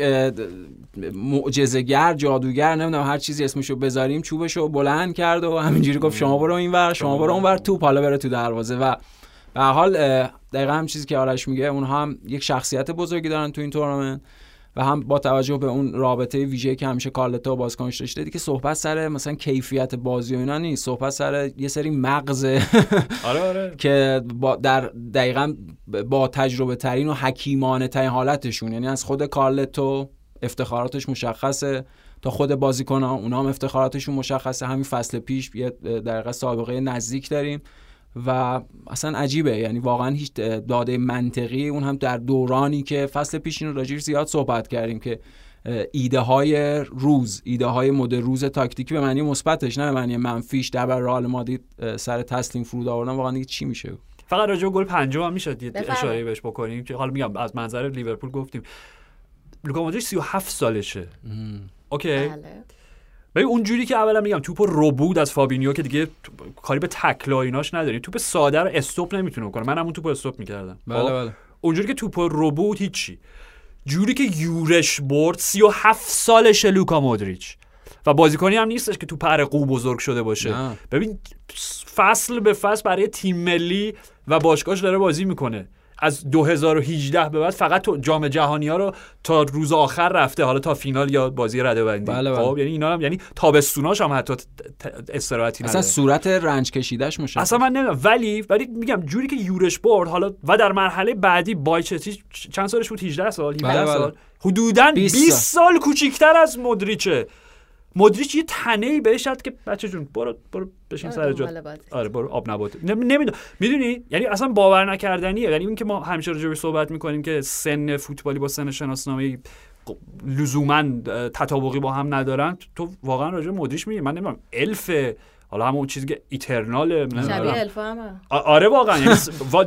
معجزه‌گر، جادوگر، نمیدونم هر چیزی اسمشو بذاریم، چوبشو بلند کرد و همینجوری گفت شما برو اینور، شما برو اونور، توپ حالا بره تو دروازه. و به هر حال دقیقاً هم چیزی که آرش میگه، اونها هم یک شخصیت بزرگی دارن تو این تورنمنت و هم با توجه به اون رابطه ویژه‌ای که همیشه کارلتو بازیکنش داشته، دیگه صحبت سر مثلا کیفیت بازی و اینا نیست، صحبت سر یه سری مغز آره. که در دقیقاً با تجربه ترین و حکیمانه ترین حالتشون، یعنی از خود کارلتو افتخاراتش مشخصه تا خود بازیکن‌ها اونا هم افتخاراتشون مشخصه. همین فصل پیش یه دقیقاً سابقه نزدیک داریم و اصلا عجیبه، یعنی واقعا هیچ داده منطقی، اون هم در دورانی که فصل پیش این راجعش زیاد صحبت کردیم که ایده های روز، ایده های مد روز تاکتیکی به معنی مثبتش نه به معنی منفیش در برابر رئال مادرید سر تسلیم فرود آوردن، واقعا دیگه چی میشه. فقط راجع به گل پنجم هم میشه اشاره بهش بکنیم که حالا میگم از منظر لیورپول گفتیم لوکا مودریچ 37 سالشه. اوکی ببین اونجوری که اولا میگم توپو رو بود از فابینیو که دیگه کاری به تکل و ایناش نداریم، توپ ساده رو استاپ نمیتونه کنه، منم اون توپو استاپ میکردم. بله. اونجوری که توپو رو بود هیچی، جوری که یورش برد 37 سالشه لوکا مودریچ و بازیکنی هم نیستش که تو پرقو بزرگ شده باشه. ببین فصل به فصل برای تیم ملی و باشگاهش داره بازی میکنه. از 2018 به بعد فقط تو جام جهانی ها رو تا روز آخر رفته، حالا تا فینال یا بازی رده‌بندی. خب یعنی اینا هم یعنی تابستوناش هم حتی استراحتی نداره. اصلا صورت رنج کشیدهش مشخصه. اصلا من نمیدونم ولی میگم جوری که یورش برد حالا و در مرحله بعدی بایچتی چند سالش بود؟ 18 سال 17 سال حدوداً 20 سال کوچیک‌تر از مودریچه. مودریچ یه تنه‌ای بهش شد که بچه جون برو بشین سر جات. آره برو آب نبات. نمیدونم میدونی یعنی اصلا باور نکردنیه. یعنی این که ما همیشه راجع به صحبت میکنیم که سن فوتبالی با سن شناسنامه‌ای لزوما تطابقی با هم ندارن، تو واقعا راجع به مودریچ میگی من نمیدونم الف، حالا همون چیزی که ایترنال شبیه الف هم آره واقعا یعنی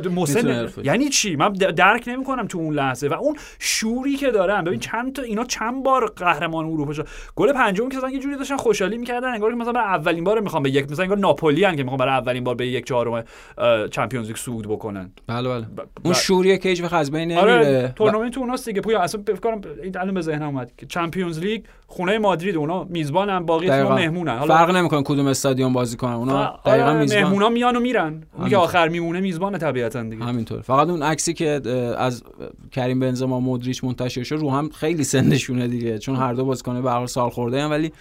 مسن یعنی چی من درک نمیکنم تو اون لحظه و اون شوری که دارن. ببین چند بار قهرمان اروپا شد، گل پنجم که مثلا یه جوری داشتن خوشحالی میکردن انگار که مثلا برای اولین بار میخوام به یک مثلا انگار ناپولی ان که میخوام برای اولین بار به 1/4 چمپیونز لیگ صعود بکنن. بله اون شوریه که هیچ وقت از بین نمیره. آره تورنمنت اوناست دیگه. پویا اصلا فکر کنم الان به ذهنم اومد که چمپیونز لیگ خونه مادرید، اونا میزبانن، باقی تیم‌ها مهمونن. حالا فرق نمیکنه کدوم استادیوم بازی کنن، اونا دقیقاً میزبان، مهمونا میان و میرن، اون که آخر میمونه میزبانه طبیعتاً دیگه. همینطور. فقط اون عکسی که از کریم بنزما مودریچ منتشر شد رو هم خیلی سنشونه دیگه، چون هر دو بازیکن به هر حال سال خورده ان، ولی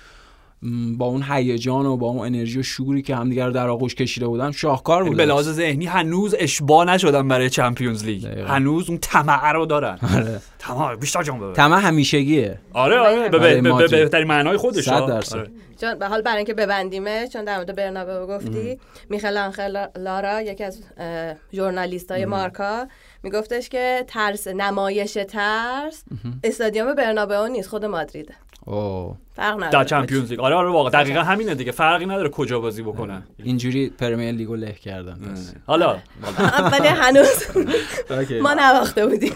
با اون هیجان و با اون انرژی و شوری که همدیگه رو در آغوش کشیده بودن شاهکار بود. به لحاظ ذهنی هنوز اشباع نشدن برای چمپیونز لیگ، هنوز اون طمع رو دارن. آره. طمع بیشتر جام ببره، طمع همیشگیه. آره به بهترین معنای خودش. 100%. چون به حال برای اینکه ببندیمه، چون در مورد برنابئو گفتی، میخل آنخل لارا یکی از ژورنالیستای مارکا میگفتش که نمایش ترس استادیوم برنابئو نیست، خود مادریده. فرق نداره در چمپیونز لیگ. آره واقعا دقیقاً همینه دیگه، فرقی نداره کجا بازی بکنن. اینجوری پرمیر لیگو له کردن. حالا ولی هنوز ما نواخته بودیم.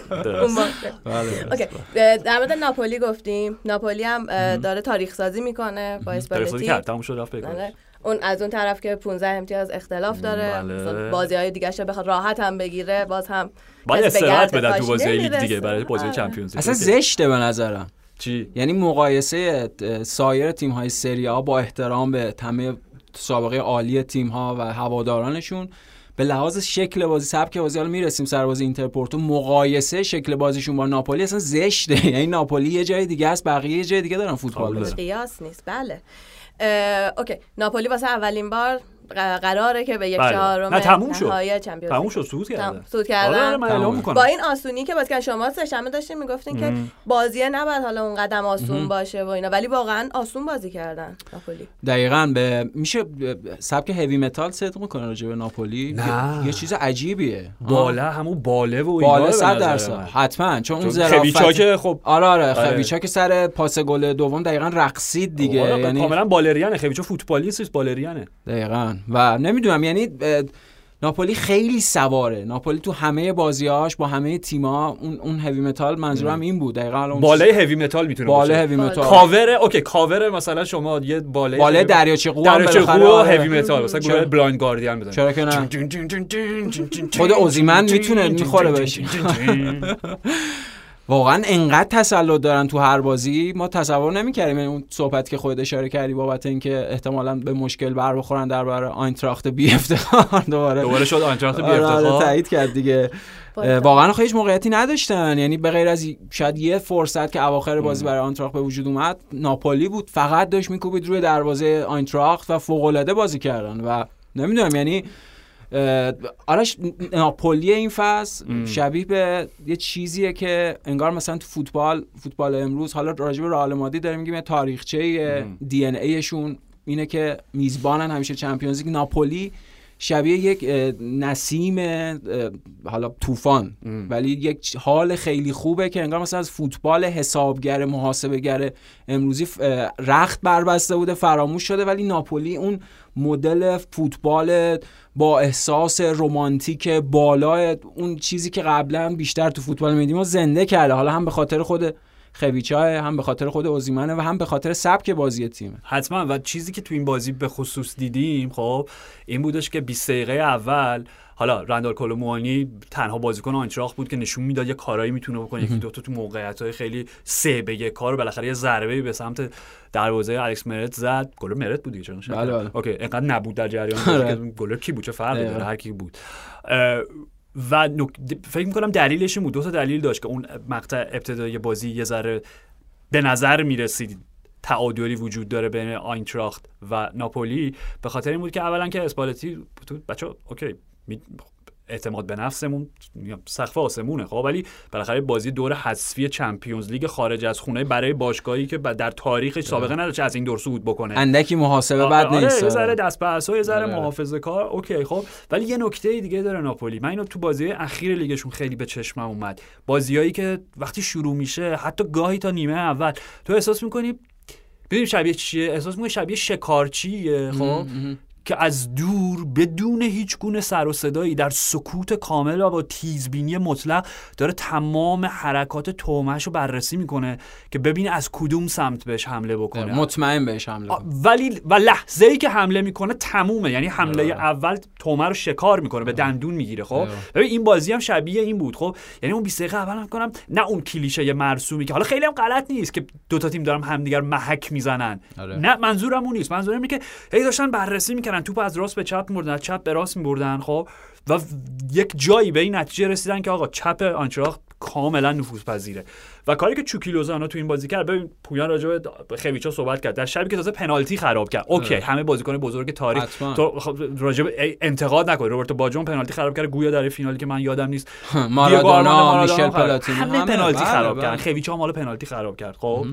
اوکی در مورد ناپولی گفتیم. ناپولی هم داره تاریخ سازی میکنه با اسپالتی. تموم شد رفت بگم. اون از اون طرف که 15 امتیاز اختلاف داره، بازی‌های دیگه‌اش بخواد راحت هم بگیره، باز هم باید استراحت بده تو بازی لیگ دیگه برای بازی چمپیونز لیگ. اصلا زشته به نظرم. چی؟ یعنی مقایسه سایر تیم‌های سری آ با احترام به تمام سابقه عالی تیم‌ها و هوادارانشون به لحاظ شکل بازی، سبک بازی، حالا میرسیم سر بازی اینتر پورتو، مقایسه شکل بازیشون با ناپولی اصلا زشته. یعنی ناپولی یه جای دیگه است، بقیه یه جای دیگه دارن فوتبال بازی. قیاس نیست. بله اوکی. ناپولی واسه اولین بار قراره که به 1/4 نهایی چمپیونز تموم شد صعود کردن. با این آسونی که باز که شما سه‌شنبه داشتین میگفتین که بازی نباید حالا اون قدم آسون باشه و اینا، ولی واقعا آسون بازی کردن ناپولی. دقیقاً میشه سبک هوی متال صدق میکنه راجع به ناپولی. یه چیز عجیبیه. بالا همون باله و بالا 100% حتما، چون اون خویچا که خب آره خویچا که سر پاس گل دوم دقیقاً رقصید دیگه، یعنی کاملا بالریانه. خویچا فوتبالیست بالریانه دقیقاً. و نمیدونم یعنی ناپولی خیلی سواره. ناپولی تو همه بازی‌هاش با همه تیم‌ها اون هوی متال، منظورم این بود دقیقاً بالای هوی متال میتونه باشه. بالای هوی متال کاور اوکی، کاور مثلا شما یه بالای دریاچه قو هم بالاخره هوی متال مثلا گل بلایند گاردین بزنه. چرا که نه؟ خود اوزیمن میتونه میخوره بهش. واقعا انقدر تسلط دارن تو هر بازی، ما تصور نمی‌کردیم. اون صحبت که خود اشاره کردی بابت اینکه احتمالاً به مشکل بر بخورن در برابر آینتراخت بی افتخار، دوباره شد آینتراخت بی افتخار تایید کرد دیگه. واقعا هیچ موقعیتی نداشتن، یعنی به غیر از شاید یه فرصت که اواخر بازی برای آینتراخت به وجود اومد، ناپولی بود فقط داشت میکوبید روی دروازه آینتراخت و فوق‌العاده بازی کردن. و نمیدونم یعنی آرش ناپولی این فصل شبیه به یه چیزیه که انگار مثلا تو فوتبال امروز، حالا راجع به رئال مادرید داریم میگیم تاریخچه دی ان ای شون اینه که میزبانن همیشه چمپیونز لیگ. ناپولی شبیه یک نسیم حالا طوفان، ولی یک حال خیلی خوبه که انگار مثلا از فوتبال حسابگر محاسبه‌گر امروزی رخت بربسته بوده، فراموش شده، ولی ناپولی اون مدل فوتبال با احساس رمانتیک بالا، اون چیزی که قبلا بیشتر تو فوتبال میدیدیم زنده کرده، حالا هم به خاطر خود خویچا، هم به خاطر خود اوزیمنه و هم به خاطر سبک بازی تیم. حتما. و چیزی که تو این بازی به خصوص دیدیم خب این بودش که 20 دقیقه اول حالا رندال کولوموانی تنها بازیکن آینتراخت بود که نشون میداد یه کارایی میتونه بکنه، یکی دو تا تو موقعیت‌های خیلی 3-1 کارو بالاخره یه ضربه‌ای به سمت دروازه الکس مرت زد. گل مرت بود دیگه، چون بله. اوکی اینقدر نبود در جریان گل کی بود، چه فرقی داره هر کی بود. و فکر می‌کنم دلیلش این بود، دو تا دلیل داشت که اون مقطع ابتدایی بازی یه ذره به نظر میرسید تعادلی وجود داره بین آینتراخت و ناپولی، به خاطر این بود که اولا که اسپالتی بچا اوکی اعتماد به نفسمون سقف آسمونه خب، ولی بالاخره بازی دور حذفی چمپیونز لیگ خارج از خونه برای باشگاهی که در تاریخش سابقه نداشته از این دور صعود بکنه، اندکی محاسبه بد نیست. یه ذره دست به عصا، یه ذره محافظه‌کار اوکی خب. ولی یه نکته دیگه داره ناپولی، من اینو تو بازی اخیر لیگشون خیلی به چشمم اومد، بازیایی که وقتی شروع میشه حتی گاهی تا نیمه اول تو احساس می‌کنی ببین شبیه چیه، احساس می‌کنی شبیه شکارچیه خب که از دور بدون هیچ گونه سر و صدایی در سکوت کامل و با تیزبینی مطلق داره تمام حرکات تومه‌شو بررسی میکنه که ببینه از کدوم سمت بهش حمله بکنه، مطمئن بهش حمله کنه. ولی و لحظه‌ای که حمله میکنه تمومه، یعنی حمله اول تومه رو شکار میکنه، به دندون میگیره خب. ببین این بازی هم شبیه این بود خب، یعنی اون 20 دقیقه اول میگم نه اون کلیشه مرسومی که حالا خیلی هم غلط نیست که دو تا تیم دارن همدیگر محک میزنن، نه منظورم اون نیست، منظورم اینه که هی داشتن بررسی میکنن، توپ از راست به چپ می‌بردن، چپ به راست می‌بردن خب، و یک جایی به این نتیجه رسیدن که آقا چپ آنچراخت کاملا نفوذپذیره. و کاری که چوکی لوزانو تو این بازی کرد، ببین پویان راجع به خویچا صحبت کرد در شبی که تازه پنالتی خراب کرد، اوکی همه بازیکن بزرگ تاریخ تو راجع به انتقاد نکن، روبرتو باجون پنالتی خراب کرد گویا در فینالی که من یادم نیست، مارادونا، میشل پلاتینی همه پنالتی خراب کردن، خویچا هم حالا پنالتی خراب کرد خب.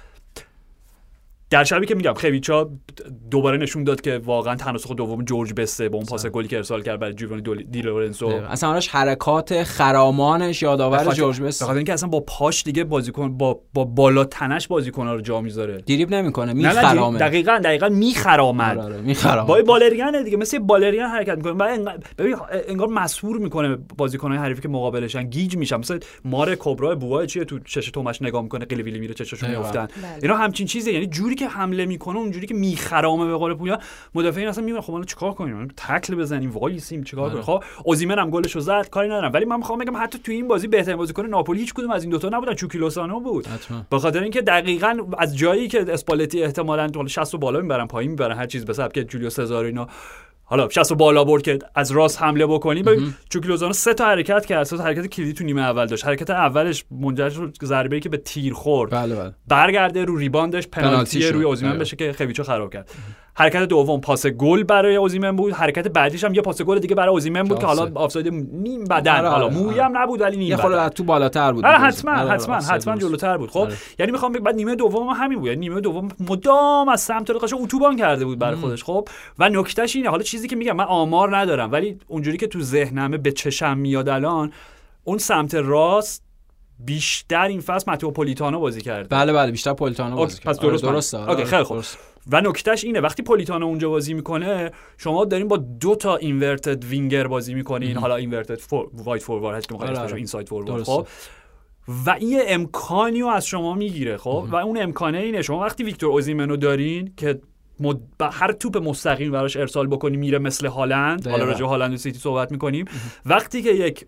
در شبی که میگم خویچا دوباره نشون داد که واقعا تناسخ دوم جورج بسته با اون پاس گلی که ارسال کرد برای جوانی دی لورنزو، اصلا آرش حرکات خرامانش یادآور جورج بسته، بخاطر اینکه اصلا با پاش دیگه بازیکن با بالا تنش بازیکن‌ها رو جا میذاره، دریبل نمیکنه، میخرامه. دقیقاً میخرامد. با بالریان دیگه مثل بالریان حرکت میکنه، ببین انگار مسحور میکنه بازیکن‌های حریفی که مقابلشن، گیج میشن، مثلا مار کبرا بوای چیه تو چش تومش نگاه میکنه قلی ویلی میره چشاشون میافتن، اینا همچین چیزه، یعنی جوری که حمله میکنه اونجوری که میخرامه به قول پویا مدافعین اصلا میگن خب حالا چیکار کنیم، تکل بزنیم وایسیم چیکار کنیم. خب اوزیمن هم گلشو زد کاری ندارم، ولی من میخوام بگم حتی تو این بازی بهترین بازیکن ناپولی هیچ کدوم از این دوتا نبودن، چوکی لوسانو بود، به خاطر اینکه دقیقاً از جایی که اسپالتی احتمالاً 60 بالا میبرن پایین میبرن هر چیز به سبب که جولیو سزار اینا حالا 60 بالا برد که از راست حمله بکنی، ببین چوکی لوزانو 3 تا حرکت کرد، 3 تا حرکت کلیدی تو نیمه اول داشت. حرکت اولش منجر شد ضربه‌ای که به تیر خورد، بله. برگرده رو ریباندش پنالتی روی اوزیمن بشه که خویچا خراب کرد. حرکت دوم پاس گل برای اوزیمن بود، حرکت بعدیش هم یه پاس گل دیگه برای اوزیمن بود که حالا آفساید نیم بدن، حالا مویی هم نبود ولی نیم یه خورده تو بالاتر بود. حتما جلوتر بود. خب یعنی میخوام بعد نیمه دوم همین بود، یعنی نیمه دوم مدام از سمت رقاش اتوبان کرده بود برای خودش. خب و نکتهش اینه، حالا چیزی که میگم من آمار ندارم ولی اونجوری که تو ذهنمه به چشم میاد الان، اون سمت راست بیشتر این فصل ماتئو پولیتانو بازی کرده. بله بیشتر پولیتانو بازی کرده. پس درسته. اوکی خیلی خوب. و نکتهش اینه وقتی پولیتانو اونجا بازی میکنه شما دارین با 2 تا اینورتد وینگر بازی میکنین، حالا اینورتد وایت فوروارد هست که میخواد اسمش اینساید فوروارد. خب و این امکانیو از شما میگیره. خب و اون امکانه اینه شما وقتی ویکتور اوزیمنو دارین که هر توپ مستقیم براش ارسال بکنی میره مثل هالند، حالا راجع به هالند و سیتی صحبت میکنیم، وقتی که یک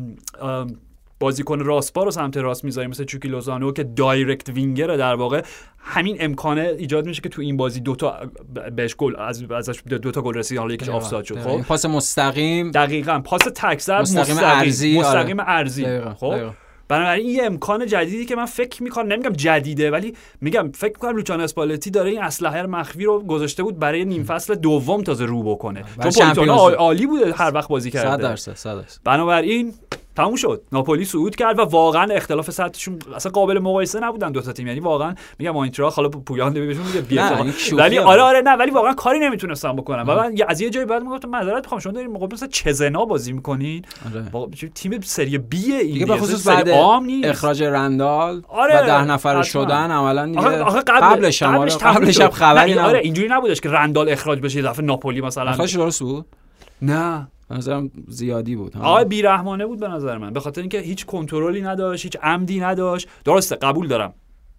بازیکن راست‌با رو سمت راست میذاریم مثل چوکی لوزانو که دایرکت وینگره، در واقع همین امکانه ایجاد میشه که تو این بازی 2 تا بهش گل ازش 2 تا گل رسید، حالا یکیش آفساید شد. خب پاس مستقیم، دقیقاً پاس تک ضرب مستقیم ارضی. خب بنابراین این امکان جدیدی که من فکر میکنم، نمیگم جدیده ولی میگم فکر میکنم لوچانو اسپالتی داره این اسلحه مخفی رو گذاشته بود برای نیم فصل دوم تازه رو بکنه، چون پولیتانو عالی بوده هر وقت بازی کرده. 100%. بنابراین تموم شد، ناپولی صعود کرد و واقعا اختلاف سطحشون اصلا قابل مقایسه نبودن 2 تا تیم. یعنی واقعا میگم آینتراخت حالا پویان بهشون میگه بیا، ولی آره نه ولی واقعا کاری نمیتونستن بکنن. و من از یه جایی بعد میگفتم معذرت میخوام شما دارین مقابل مثلا چزنا بازی میکنین، تیم سری بی این به خصوص بعد اخراج رندال و 10 نفره شدن عملاً دیگه قبلش هم خبری نبود. آره اینجوری نبودش که رندال اخراج بشه یه دفعه ناپولی مثلا اخراج درست بود. نه به نظرم زیادی بود. بیرحمانه بود به نظر من، به خاطر اینکه هیچ کنترلی نداشت، هیچ عمدی نداشت. درسته قبول دارم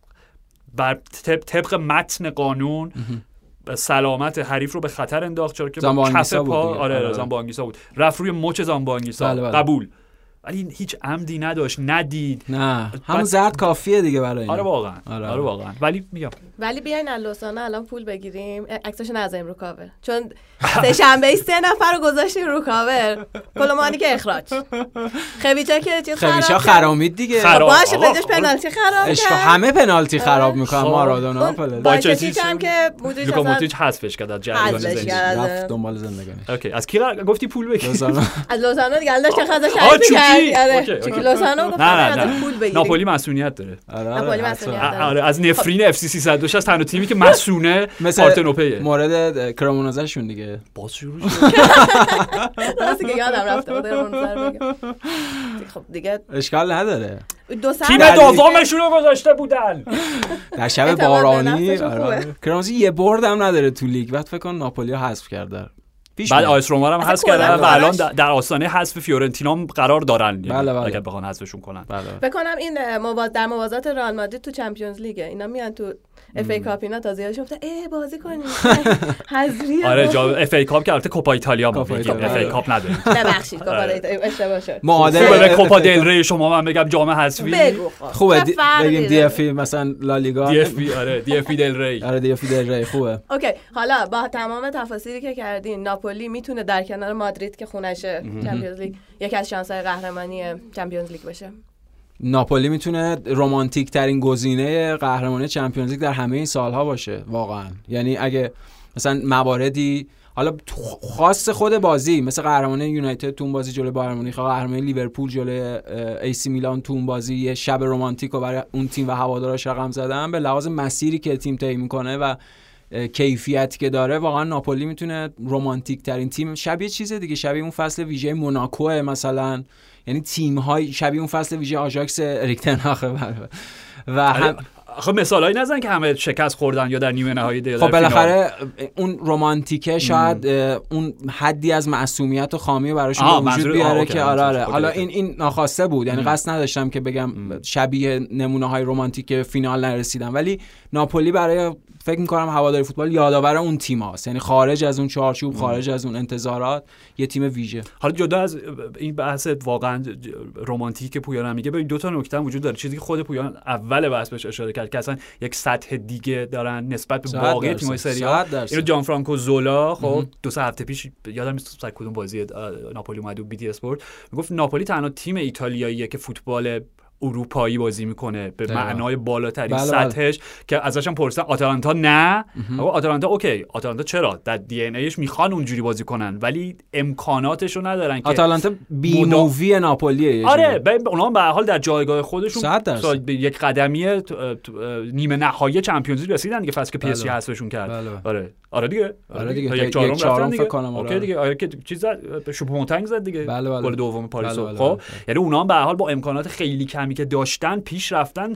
بر طبق متن قانون سلامت حریف رو به خطر انداخت، چرا که کف پا زامبانگیسا بود رفت روی مچ زامبانگیسا. قبول، ولی هیچ عمدی نداشت، ندید. نه همون زرد کافیه دیگه برای این. آره واقعا. ولی میگم بیاین لوسانو الان پول بگیریم، عکساشو نذاریم رو کاور، چون سه شنبه 3 نفر رو گذاشتیم رو کاور. کلومانی که اخراج، خویچا که چیز خرامید دیگه. باشه بجاش پنالتی خراب کرد. همه پنالتی خراب میکنن. مارادونا باچتیچ هم که موتریچ حذفش کرد از جریان زندگی، رفت دنبال زندگانی. اوکی از کی گفتی پول بگیر؟ از لوسانو دیگه داشت خزش چوکی لوسانو گفت از پول بگیریم. ناپولی مسئولیت داره. ناپولی مسئولیت داره. از نفرین اف سی 360 تنها تیمی که مسئونه پارتنوپه. مورد کرامونوزه شون دیگه باز شروع شد. راستی که یادم رفته بود کرامونوزه رو بگم. خب دیگه اشکال نداره. تیم دومشون رو گذاشته بودن در شب بارانی. کرامونوزه یه برد هم نداره تو لیگ. بعد فکر کنم ناپولی رو حذف کرده. بعد آیس روما هم حذف کردن و الان در آستانه حذف فیورنتینا هم قرار دارن. بله. اگه بخوان حذفشون کنن. فکر کنم این در موازات رئال مادرید تو چمپیونز لیگه، اینا میان تو اف ای کاپ اینا تازه یادش افتاد بازی کنیم حذفی. آره جا اف ای کاپ که البته کوپا ایتالیا ما میگیم، اف ای کاپ نداریم. ببخشید کوپا اشتباه شد. معادل کوپا دل ری شما من بگم جام حذفی خوبه بگیم دی اف مثلا لالیگا. دی اف بی آره دی اف بی دل ری. آره دی اف بی دل ری خوبه. اوکی حالا با تمام تفاصیلی که کردین ناپولی میتونه در کنار مادرید که خونشه چمپیونز لیگ یکی از شانس‌های قهرمانی چمپیونز لیگ باشه. ناپولی میتونه رمانتیک ترین گزینه قهرمانی چمپیونز لیگ در همه این سالها باشه واقعا. یعنی اگه مثلا مواردی حالا خاص خود بازی مثل قهرمانی یونایتد تو اون بازی جلوی بایر مونیخ، قهرمانی لیورپول جلوی ای سی میلان تو اون بازی یه شب رمانتیک رو برای اون تیم و هوادارش رقم زدن، به لحاظ مسیری که تیم طی میکنه و کیفیتی که داره واقعا ناپولی میتونه رمانتیک ترین تیم، شبیه چیز دیگه، شبیه اون فصل ویژه موناکو مثلا، یعنی تیم های شبیه اون فصل ویژه آژاکس اریک تن هاگ و هم خب مثالایی نزن که همه شکست خوردن یا در نیمه نهایی در خب بالاخره اون رمانتیکه شاید اون حدی از معصومیت و خامی براشون وجود بیاره که آره حالا این ناخواسته بود، یعنی قصد نداشتم که بگم شبیه نمونه‌های رمانتیک فینال نرسیدن، ولی ناپولی برای فکر می‌کنم هواداری فوتبال یادآور اون تیم‌هاست، یعنی خارج از اون چارچوب، خارج از اون انتظارات، یه تیم ویژه. حالا جدا از این بحث واقعا رمانتیک پویان میگه، ببین دو تا نکته هم وجود داره، چیزی که خود پویان اول بحث بهش اشاره کرد که اصلا یک سطح دیگه دارن نسبت به باقی تیم‌های سری آ. اینو جان فرانکو زولا خب 2 هفته پیش یادم نیست کدوم بازی ناپولی اومد بی تی اسپورت میگفت ناپولی تنها تیم ایتالیاییه که فوتبال اروپایی بازی میکنه به معنای بالاترین سطحش که ازشون پرسیدن آتالانتا نه. آتالانتا اوکی، آتالانتا چرا در دی ان ایش میخوان اونجوری بازی کنن ولی امکاناتشو ندارن که آتالانتا بی مووی ناپولیه. آره اونا به هر حال در جایگاه خودشون به یک قدمی نیمه نهایی چمپیونز لیگ رسیدن دیگه فصل که پی اس جی حذفشون کرد. آره دیگه یک چهارم فکر کنم. اوکی دیگه آره که چیز شوپمونتنگ زد دیگه گل دوم پاریس. خب یعنی اونا به هر حال با امکانات خیلی کمی که داشتن پیش رفتن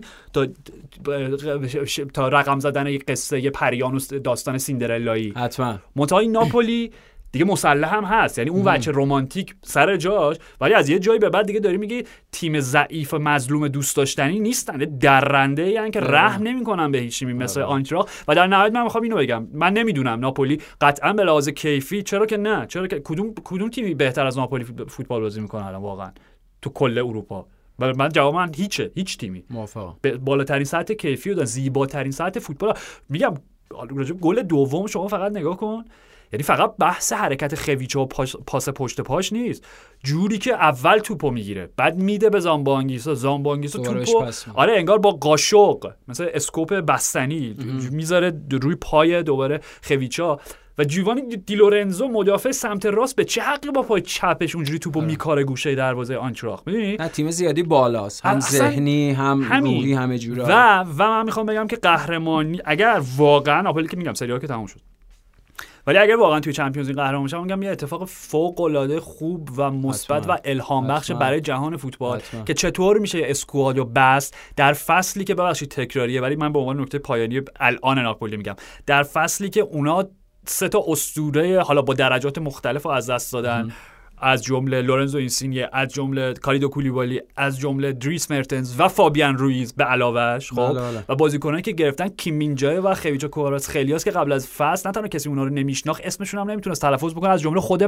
تا رقم زدن یک قصه پریان و داستان سیندرلایی. حتما منتهای ناپولی دیگه مسلح هم هست، یعنی اون بچه رمانتیک سر جاش، ولی از یه جایی به بعد دیگه داری میگی تیم ضعیف مظلوم دوست داشتنی نیستن، درنده یعنی که رحم نمیکنن به هیچ تیمی مثل آنتراخ. و در نهایت من میخوام اینو بگم، من نمیدونم ناپولی قطعا به لحاظ کیفی چرا که کدوم تیمی بهتر از ناپولی فوتبال بازی میکنه الان واقعا تو کل اروپا؟ من جواب من هیچ تیمی موافقم. بالاترین سطح کیفی و زیباترین سطح فوتبال. میگم گل دوم شما فقط نگاه کن، یعنی فقط بحث حرکت خویچه و پاس پشت پاش نیست، جوری که اول توپو میگیره بعد میده به زامبانگیسا توپو آره انگار با قاشق مثلا اسکوپ بستنی میذاره روی پای دوباره خویچه. و جوانی دی لورنزو مدافع سمت راست به چه حقی با پای چپش اونجوری توپو میکاره گوشه دروازه آنچراخ؟ میدونی نه تیم زیادی بالاست، هم ذهنی هم روحی همه جوره. و من میخوام بگم که قهرمانی اگر واقعا ناپولی که میگم سری آ که تموم شد، ولی اگر واقعا توی چمپیونز لیگ قهرمان بشه میگم یه اتفاق فوق العاده خوب و مثبت و الهام بخش برای جهان فوتبال که چطور میشه اسکوادو بس در فصلی که ببخشید تکراریه ولی من به عنوان نکته پایانی الان ناپولی میگم، در فصلی که اونا 3 تا اسطوره حالا با درجات مختلف از دست دادن، از جمله لورنزو اینسینیه، از جمله کالیدو کولیبالی، از جمله دریس مرتنز و فابیان رویز به علاوهش، خب و بازیکنانی که گرفتن کیم مینجای و خویچه کواراتسخلیاس که قبل از فصل نه تنها کسی اونا رو نمیشناخت اسمشون هم نمیتونست تلفظ بکنه، از جمله خود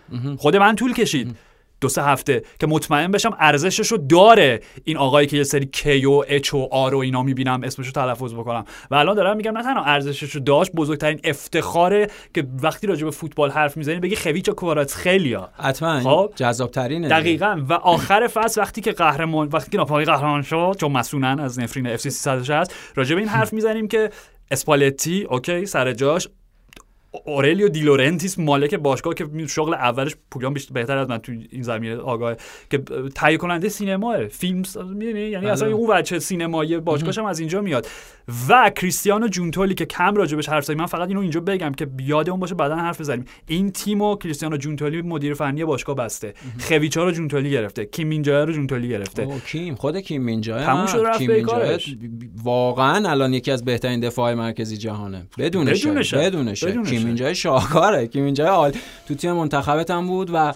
من طول کشید 2-3 هفته که مطمئن بشم ارزششو داره این آقایی که یه سری کی و اچ و آر و اینا میبینم اسمشو تلفظ بکنم. و الان دارم میگم نه تنها ارزششو داشت، بزرگترین افتخاره که وقتی راجع به فوتبال حرف میزنی بگی خویچه کواراتسخلیا. حتما خب جذاب ترینه دقیقاً. و آخر فصل وقتی که ناپولی قهرمان شد چون مسئولن از نفرین اف سی 360 راجع به این حرف میزنیم که اسپالتی اوکی سر جاش، اورلیو دی لورنتیس مالک باشگاه که شغل اولش پولیان بهتر از من تو این زمینه آگاه که تهیه کننده سینماه فیلم می‌بینی، یعنی اصلا اون بچه سینمایی باشگاهش هم از اینجا میاد. و کریستیانو جونتولی که کم راجبش حرف زدیم، من فقط اینو اینجا بگم که یادمون باشه بعداً حرف بزنیم، این تیمو کریستیانو جونتولی مدیر فنی باشگاه بسته، خویچه رو جونتولی گرفته، کیم مینجای رو جونتولی گرفته. خود کیم مینجای تموم شد رفت به کارش. واقعا الان یکی از بهترین دفاع مرکزی جهانه بدونش کیم مینجای شاهکاره، کیم مینجای تو تیم منتخبت هم بود و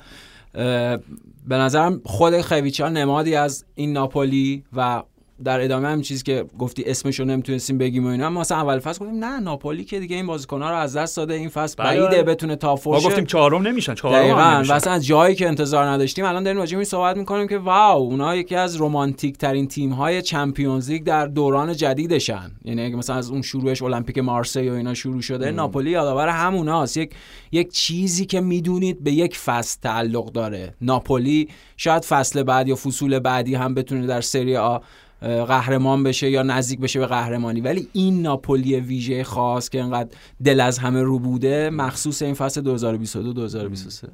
به نظرم خود خویچه نمادی از این ناپولی. و در ادامه هم چیزی که گفتی اسمشو نمیتونستیم بگیم و اینا، ما اصلا اول فصل گفتیم نه ناپولی که دیگه این بازیکن‌ها رو از دست داده، این فصل بعیده بتونه تاپ فور شه. ما گفتیم چهارم نمیشن. و اصلا از جایی که انتظار نداشتیم الان داریم راجع به این صحبت میکنیم که واو اونها یکی از رمانتیک ترین تیم‌های چمپیونز لیگ در دوران جدیدشن. یعنی اگه مثلا از اون شروعش المپیک مارسی و اینا شروع شده، ناپولی یادآور هموناست. یک چیزی که میدونید به یک فصل تعلق داره. ناپولی شاید فصل بعد یا فصول بعدی هم بتونه در سری آ قهرمان بشه یا نزدیک بشه به قهرمانی، ولی این ناپولی ویژه خاص که انقدر دل از همه رو بوده مخصوص این فصل 2022-2023.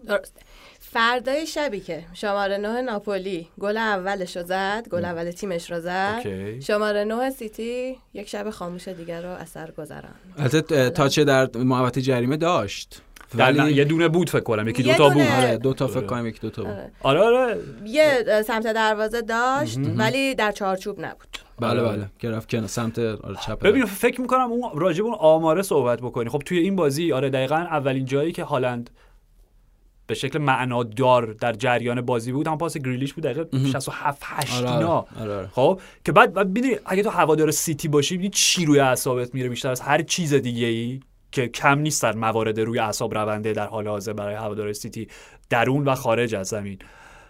فردای شبی که شماره 9 ناپولی گل اولش رو زد، گل اول تیمش رو زد، شماره 9 سیتی یک شب خاموش دیگر رو اثر گذران. البته تاچ در محوطه جریمه داشت ولی یه دونه بود فکر کنم، یکی دوتا بود. آره دوتا فکر کنم یکی دوتا بود. آره یه سمت دروازه داشت ولی در چارچوب نبود. بله که رفت کنه سمت چپ. ببین فکر می‌کنم اون راجب اون آماره صحبت بکنی. خب توی این بازی آره دقیقاً اولین جایی که هالند به شکل معنادار در جریان بازی بود هم پاس گریلیش بود دقیقه 67-8 اینا. خب که بعد می‌دونی اگه تو هوادار سیتی باشی می‌بینی چی روی اعصابت میره بیشتر از هر چیز دیگه‌ای که کم نیست در موارد روی اعصاب رونده در حال حاضر برای هوادار سیتی درون و خارج از زمین.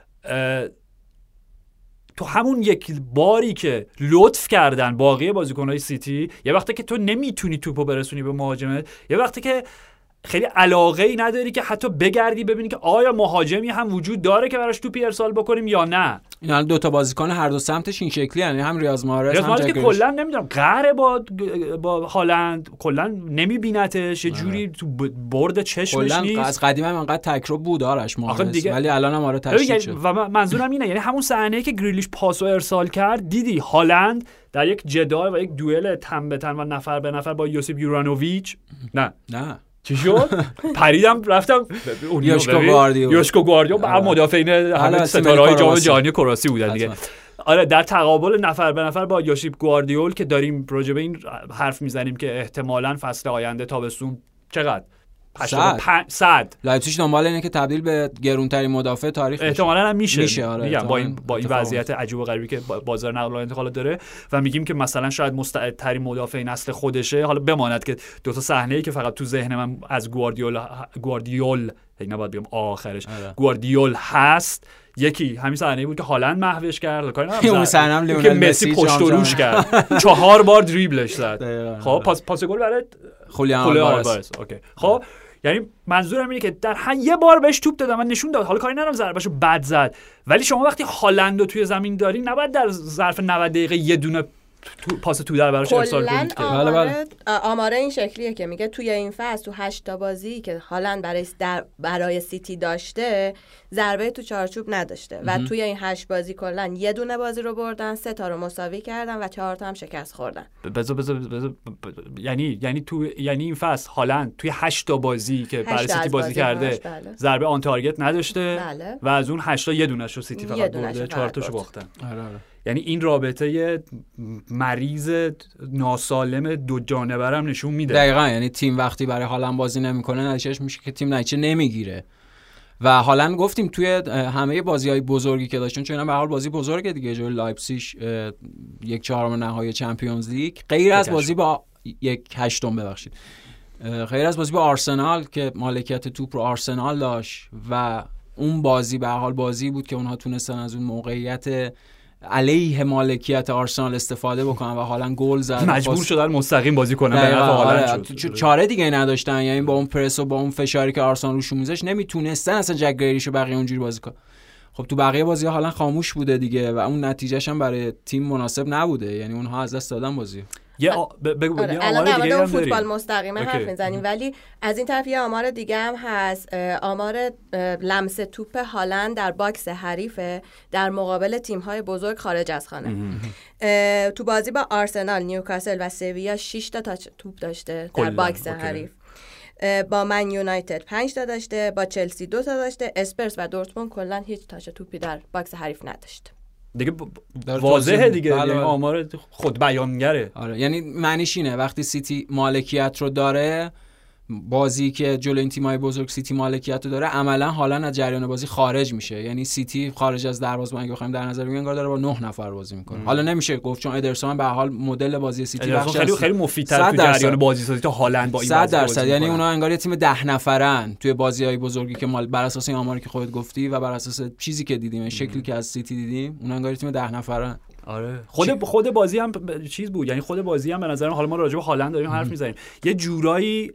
تو همون یک باری که لطف کردن باقی بازیکن‌های سیتی، یه وقتی که تو نمیتونی توپو برسونی به مهاجمت، یه وقتی که خیلی علاقه ای نداری که حتی بگردی ببینی که آیا مهاجمی هم وجود داره که براش توپی ارسال بکنیم یا نه. اینا دو تا بازیکن هر دو سمتش این شکلی، یعنی هم ریاض محرز هم که کلا نمیدونم قهر با هالند، کلا نمیبینتش، یه جوری تو برد چشمش نیست. از قدیم هم انقدر تکرار بود آرش محرز، ولی الان هم آره تشدید شد. و منظورم اینه، یعنی همون صحنه‌ای که گریلیش پاسو ارسال کرد، دیدی هالند در یک جدال و یک دوئل تن به تن و نفر به نفر با یوسیپ یورانوویچ نه چی شد؟ پریدم رفتم یوشکو گواردیول با مدافعین همه ستاره‌های جام جهانی کراسی بودن دیگه. آره در تقابل نفر به نفر با یوسیپ گواردیول که داریم راجع به این حرف میزنیم که احتمالاً فصل آینده تابستون چقدر 100 لایپزیگ دنبال اینه که تبدیل به گرونترین مدافع تاریخ احتمالاً هم میشه. آره میگم با این وضعیت عجیب و غریبی که بازار نقل و انتقالات داره و میگیم که مثلا شاید مستعدترین مدافع نسل خودشه. حالا بماند که دو تا صحنه‌ای که فقط تو ذهن من از گواردیول نباید بگم آخرش گواردیول هست، یکی همین صحنه‌ای بود که هالند محوش کرد، کاری ندارم که مسی پشت و روش کرد 4 بار دریبلش زد. خب پاس گل برای خولیان آلوارز. اوکی خب یعنی منظورم اینه که در یه بار بهش توپ دادم من نشون داد، حالا کاری ندارم ضربهشو بد زد، ولی شما وقتی هالند رو توی زمین داری نباید در ظرف 90 دقیقه یه دونه پاس تو در براش ارسال کنید. آماره این شکلیه که میگه توی این فصل تو 8 تا بازی که هالند برای سیتی داشته ضربه تو چارچوب نداشته و توی این 8 بازی کلا یه دونه بازی رو بردن، 3 تا رو مساوی کردن و 4 تا هم شکست خوردن. یعنی این فصل هالند توی 8 تا بازی که برای سیتی بازی کرده ضربه آن تارگت نداشته و از اون 8 تا یه دونه‌شو سیتی فقط برده، 4 تاشو باختن. یعنی این رابطه مریض ناسالم دو جانبه هم نشون میده. دقیقاً، یعنی تیم وقتی برای هالند بازی نمیکنه نتیجهش میشه که تیم نتیجه نمیگیره. و هالند گفتیم توی همه بازی‌های بزرگی که داشتن، چون اینا به هر حال بازی بزرگه دیگه، جلوی لایپزیگ 1/4 نهایی چمپیونز لیگ، غیر از بازی با 1/8 ببخشید، غیر از بازی با آرسنال که مالکیت توپ رو آرسنال داشت و اون بازی به هر حال بازی بود که اونها تونستن از اون موقعیت علیه مالکیت آرسنال استفاده بکنن و حالا گل زدن، مجبور شدن مستقیم بازی کنن. چاره دیگه نداشتن، یعنی با اون پرس و با اون فشاری که آرسنال روشون میذاشت نمیتونستن اصلا جک گریلیش و بقیه اونجوری بازی کنن. خب تو بقیه بازی‌ها حالا خاموش بوده دیگه و اون نتیجهش هم برای تیم مناسب نبوده، یعنی اونها از دست دادن بازی. الان در فوتبال مستقیما حرف میزنیم، ولی از این طرف یه آمار دیگه هم هست، آمار لمس توپ هالند در باکس حریفه در مقابل تیم‌های بزرگ خارج از خانه. تو بازی با آرسنال، نیوکاسل و سویا 6 تا تاچ توپ داشته در باکس حریف. با من یونایتد 5 تا داشته، با چلسی 2 تا داشته، اسپرس و دورتموند کلا هیچ تاچ توپی در باکس حریف نداشت. دیگه واضحه دیگه، یعنی آمار خود بیانگره. آره، یعنی معنیش اینه وقتی سیتی مالکیت رو داره، بازی که جلوی این تیم‌های بزرگ سیتی مالکیت رو داره، عملا حالا از جریان بازی خارج میشه. یعنی سیتی خارج از دروازه اگه بخوایم در نظر بگیریم انگار داره با 9 نفر بازی میکنه. حالا نمیشه گفت چون ادرسون به هر حال مدل بازی سیتی خیلی مفیدتر تو جریان بازی سازی تا هالند با این 100%. یعنی اونا انگار یه تیم 10 نفرن توی بازی‌های بزرگی که مال بر اساس این آماری که خودت گفتی و بر اساس چیزی که دیدیم، شکلی که از سیتی دیدیم، اونا انگار تیم 10 نفرن. آره خود بازی هم چیز بود، یعنی خود بازی هم به نظر من، حالا ما راجع به هالند داریم حرف میزنیم، یه جورایی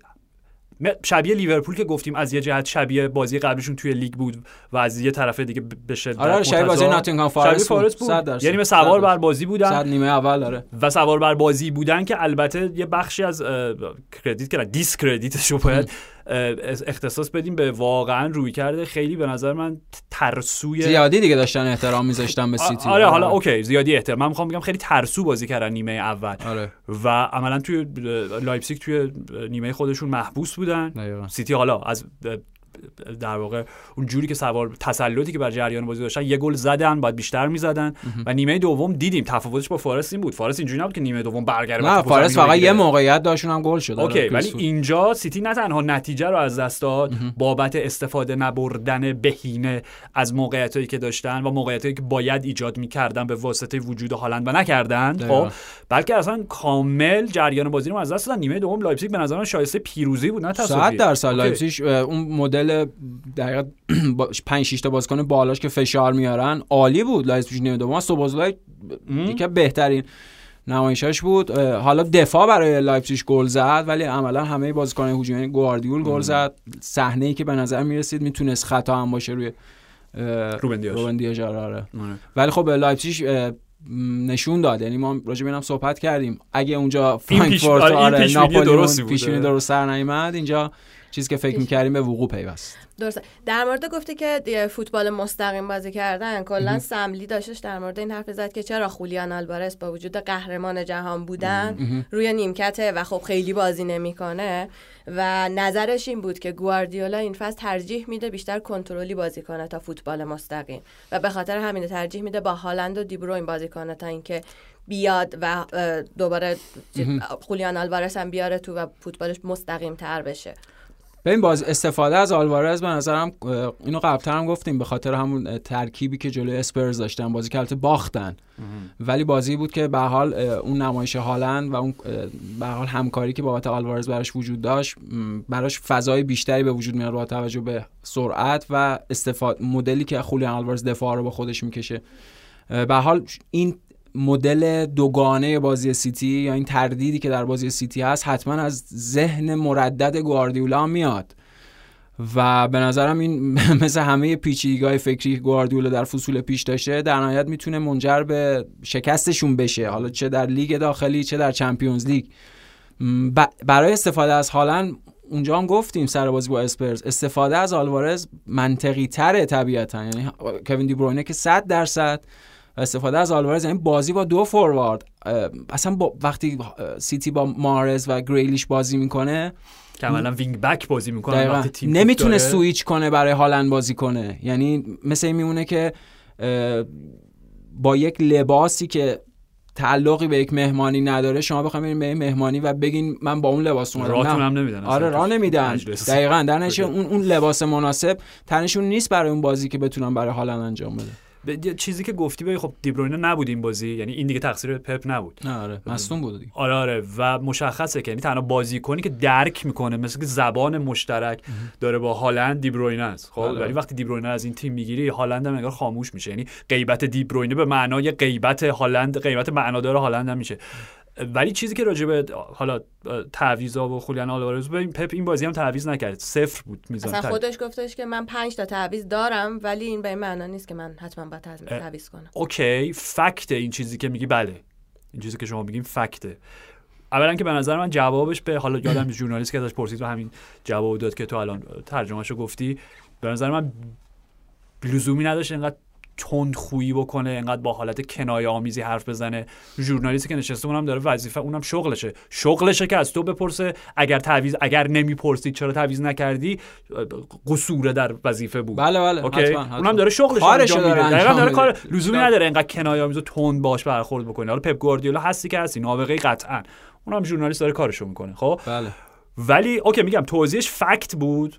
شبیه لیورپول که گفتیم از یه جهت شبیه بازی قبلشون توی لیگ بود و از یه طرف دیگه به شدت آره شبیه بازی ناتینگهام فارست بود. یعنی سوار بر بازی بودن، صد نیمه اول داره و سوار بر بازی بودن که البته یه بخشی از کردیت که دیسکردیتشو باید اختصاص بدیم به واقعا روی کرده خیلی به نظر من ترسوی زیادی دیگه داشتن احترام میذاشتن به سیتی. آره حالا اوکی زیادی احترام، من میخوام بگم خیلی ترسو بازی کردن نیمه اول. آره. و عملا توی لایپزیگ توی نیمه خودشون محبوس بودن. سیتی حالا از در واقع اون جوری که سوار تسلطی که بر جریان بازی داشتن یه گل زدن، بعد بیشتر میزدن و نیمه دوم دیدیم تفاوتش با فارست این بود. فارست اینجوری نبود که نیمه دوم برگرده، نه فارست فقط یه موقعیت داشتون هم گل شد. اوکی ولی اینجا سیتی نه تنها نتیجه رو از دست داد بابت استفاده نبردن بهینه از موقعیتایی که داشتن و موقعیتایی که باید ایجاد می‌کردن به واسطه وجود هالند و نکردن، خب بلکه اصلا کامل جریان بازی رو از دست دادن. نیمه دوم لایپزیگ به نظر من شایسته پیروزی بود، نه تساوی. 100% لایپزیگ اون مدل دقیقاً 5-6 تا بازیکن بالاش که فشار میارن عالی بود. لایپزیگ نیمه دوم سوبوزلای یکی بهترین نمایشش بود. حالا دفاع برای لایپزیگ گل زد ولی عملا همه بازیکنان هجومی گواردیول گل زد. صحنه‌ای که به نظر میرسید میتونست خطا هم باشه روی روبن دیاژ. ولی خب لایپزیگ نشون داد، یعنی ما راجع به اینم صحبت کردیم، اگه اونجا فرانکفورت ناپولی پیشینی درست سر نیامد، اینجا چیزی که فکر می‌کردیم به وقوع پیوست. درسته. در مورد گفته که فوتبال مستقیم بازی کردن، کلا سملی داشتش در مورد این حرف زد که چرا خولیان آلوارز با وجود قهرمان جهان بودن روی نیمکته و خب خیلی بازی نمیکنه و نظرش این بود که گواردیولا این فصل ترجیح میده بیشتر کنترلی بازی کنه تا فوتبال مستقیم و به خاطر همین ترجیح میده با هالند و دیبروین بازی کنه تا اینکه بیاد و دوباره خولیان آلوارز هم بیاره تو و فوتبالش مستقیم تر بشه. ببین باز استفاده از آلوارز به نظرم، اینو قبل‌تر هم گفتیم، به خاطر همون ترکیبی که جلوی اسپرز داشتن، بازی که البته باختن ولی بازی بود که به حال اون نمایش هالند و اون به حال همکاری که بابت آلوارز براش وجود داشت، براش فضای بیشتری به وجود میاد با توجه به سرعت و استفاده مدلی که خولیان آلوارز دفاع رو با خودش میکشه. به حال این مدل دوگانه بازی سیتی یا این تردیدی که در بازی سیتی هست حتما از ذهن مردد گواردیولا میاد و به نظرم این مثل همه پیچیدگی‌های فکری گواردیولا در فصول پیش داشته در نهایت میتونه منجر به شکستشون بشه، حالا چه در لیگ داخلی چه در چمپیونز لیگ. برای استفاده از هالند اونجا هم گفتیم سر بازی با اسپرز، استفاده از آلوارز منطقی تره طبیعتا، یعنی کوین دی بروینه که 100% استفاده از آلوارز، یعنی بازی با دو فوروارد. اصلا وقتی سیتی با مارز و گریلیش بازی میکنه کاملا وینگ بک بازی میکنه، وقتی تیم نمیتونه سویچ کنه برای هالند بازی کنه، یعنی مثل این میمونه که با یک لباسی که تعلقی به یک مهمانی نداره شما بخواید برید به این مهمانی و بگین من با اون لباس اومدم، راهتون هم نمیدن. آره راه نمیدن. دقیقاً در نتیجه اون لباس مناسب تنشون نیست برای اون بازی که بتونن برای هالند انجام بده. چیزی که گفتی ببین خب دیبروینه نبود این بازی، یعنی این دیگه تقصیر پپ نبود. آره مصدوم بود دیگه. آره و مشخصه که یعنی تنها بازیکنی که درک میکنه مثل که زبان مشترک داره با هالند دیبروینه است. خب ولی وقتی دیبروینه از این تیم میگیری هالند هم انگار خاموش میشه، یعنی غیبت دیبروینه به معنای غیبت هالند، غیبت معنادار هالند هم میشه. ولی چیزی که راجع به حالا تعویضا و خولیان آلوارز ببین پپ این بازی هم تعویض نکرد، 0 بود میزان. اصلا خودش گفتش که من 5 تا تعویض دارم ولی این به این معنی نیست که من حتما باید تعویض کنم. اوکی فکت این چیزی که میگی، بله این چیزی که شما میگین فکته. اولا که به نظر من جوابش به حالا یادم ژورنالیست که ازش پرسید و همین جواب داد که تو الان ترجمهشو گفتی، به نظر من لزومی نداشت اینقدر تندخویی بکنه، اینقدر با حالت کنایه آمیزی حرف بزنه. ژورنالیستی که نشسته اونم داره وظیفه، اونم شغلشه که از تو بپرسه اگر نمیپرسید چرا تعویض نکردی قصور در وظیفه بود. بله اوکی حتما. اونم داره شغلش انجام میده، داره کار، لزومی نداره اینقدر کنایه آمیز و تند باش برخورد بکنه. حالا پپ گواردیولا هستی که هستی، نابغه قطعا، اونم ژورنالیست داره کارشو میکنه. خب بله ولی اوکی میگم توضیحش فکت بود،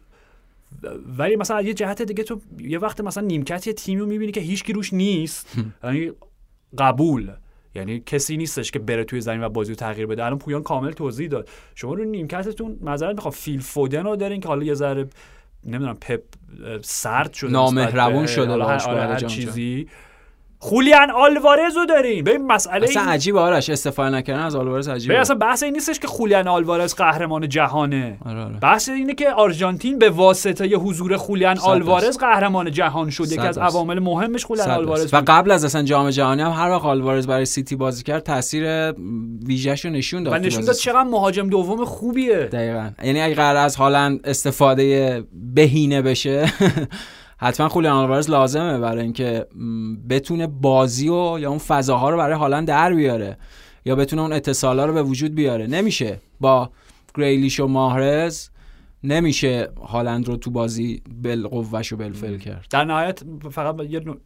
ولی مثلا یه جهت دیگه تو یه وقت مثلا نیمکت یه تیمی رو میبینی که هیچکی روش نیست، یعنی قبول، یعنی کسی نیستش که بره توی زمین و بازی رو تغییر بده. الان پویان کامل توضیح داد، شما رو نیمکتتون معذرت میخوام فیل فودن رو دارین که حالا یه ذره نمیدونم پپ سرد شده، نامهربون شده، هر چیزی. خولیان آلوارز رو دارین. ببین مسئله اصلا عجیبه آرش استفاده نکردن از آلوارز عجیبه. ببین اصلا بحث این نیستش که خولیان آلوارز قهرمان جهانه. بحث اینه که آرژانتین به واسطه ی حضور خولیان آلوارز قهرمان جهان شد. یکی از عوامل مهمش خولیان آلوارز و قبل از اصلا جام جهانی هم هر وقت آلوارز برای سیتی بازی کرد تاثیر ویژه‌شو نشون داد و نشون داد چقدر مهاجم دوم خوبیه. دقیقاً، یعنی اگه قرار از هالند استفاده بهینه بشه حتما خولیان آلوارز لازمه برای اینکه بتونه بازی و یا اون فضاها رو برای هالند در بیاره یا بتونه اون اتصالا رو به وجود بیاره. نمیشه با گریلیش و ماهرز نمیشه هالند رو تو بازی بالقوه‌ش و بالفعل کرد. در نهایت فقط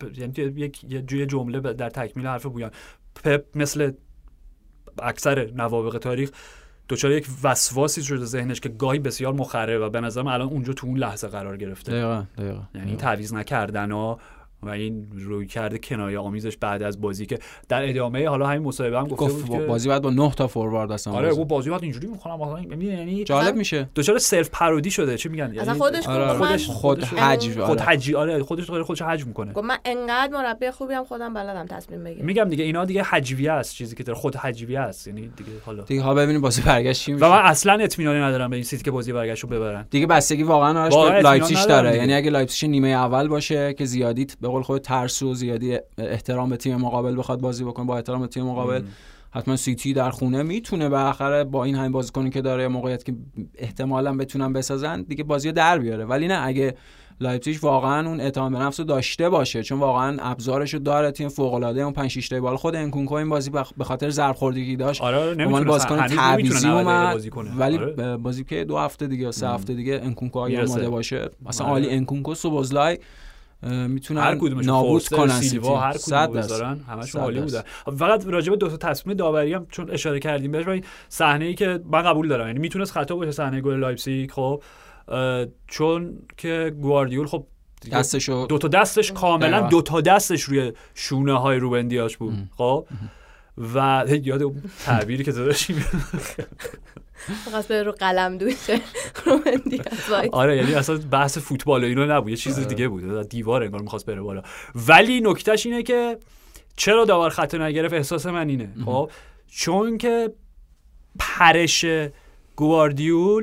یه جمله در تکمیل حرف بویان، پپ مثل اکثر نوابغ تاریخ دوچار یک وسواسی شده ذهنش که گاهی بسیار مخرب و به نظرم الان اونجا تو اون لحظه قرار گرفته. دقیقاً. یعنی تعویض نکردن و و این روی کرده کنایه آمیزش بعد از بازی که در ادامه حالا همین مصاحبه هم گفته بود که بازی بعد با 9 تا فوروارد اصلا آره گفت بازی بعد اینجوری می‌خونم مثلا یعنی جالب میشه دچار سلف پارودی شده چی میگن اصلا خود خودش حجم میکنه. گفت من انقدر مربی خوبی ام خودم بلدم تصمیم بگیرم. میگم دیگه اینا دیگه حجویه است، چیزی که داره خود حجویه است، یعنی دیگه حالا ببینیم بازی برگشت چی میشه. و من اصلا اطمینانی ندارم به این سیتی که بازی برگشتو ببرن. دیگه بستگی واقعا آرش لایپزیگ داره، یعنی اگه لایپزیگ نیمه اول باشه که زیادی به قول خود ترس و زیادی احترام به تیم مقابل بخواد بازی بکنه با احترام به تیم مقابل، حتما سیتی در خونه میتونه بالاخره با این همین بازیکنی که داره موقعیت که احتمالاً بتونن بسازن دیگه بازیو در بیاره. ولی نه اگه لایپزیگ واقعا اون اعتماد به نفس رو داشته باشه، چون واقعا ابزارشو داره، تیم فوق العاده، اون 5 6 تا بال خود انکونکو این بازی به خاطر ضرب خوردگی داشت نمیتونه بازیکن تعویضی اومد، ولی آره. بازی که 2 هفته دیگه 3 هفته دیگه انکونکو اگه اومده باشه مثلا عالی، انکونکو سوبوزلای میتونن نابود کنن سیلوا، هر کدوم بذارن همشون عالی بودن. فقط راجع به 2 تا تصمیم داوری هم چون اشاره کردیم بهش، این صحنه‌ای که من قبول دارم یعنی میتونست خطا باشه صحنه گل لایپزیگ، خب چون که گواردیول خب دستشو 2 تا دستش کاملا 2 تا دستش روی شونه های روبن دیاش بود، خب و یاد اون تعبیری که داشتیم خواست به رو قلم دوشه روبن دیاز. آره یعنی اصلا بحث فوتبال و اینا نبود، یه چیز دیگه بود، دیوار انگار می‌خواست بره بالا. ولی نکتهش اینه که چرا داور خطا نگرفت، احساس من اینه خب چون که پرش گواردیول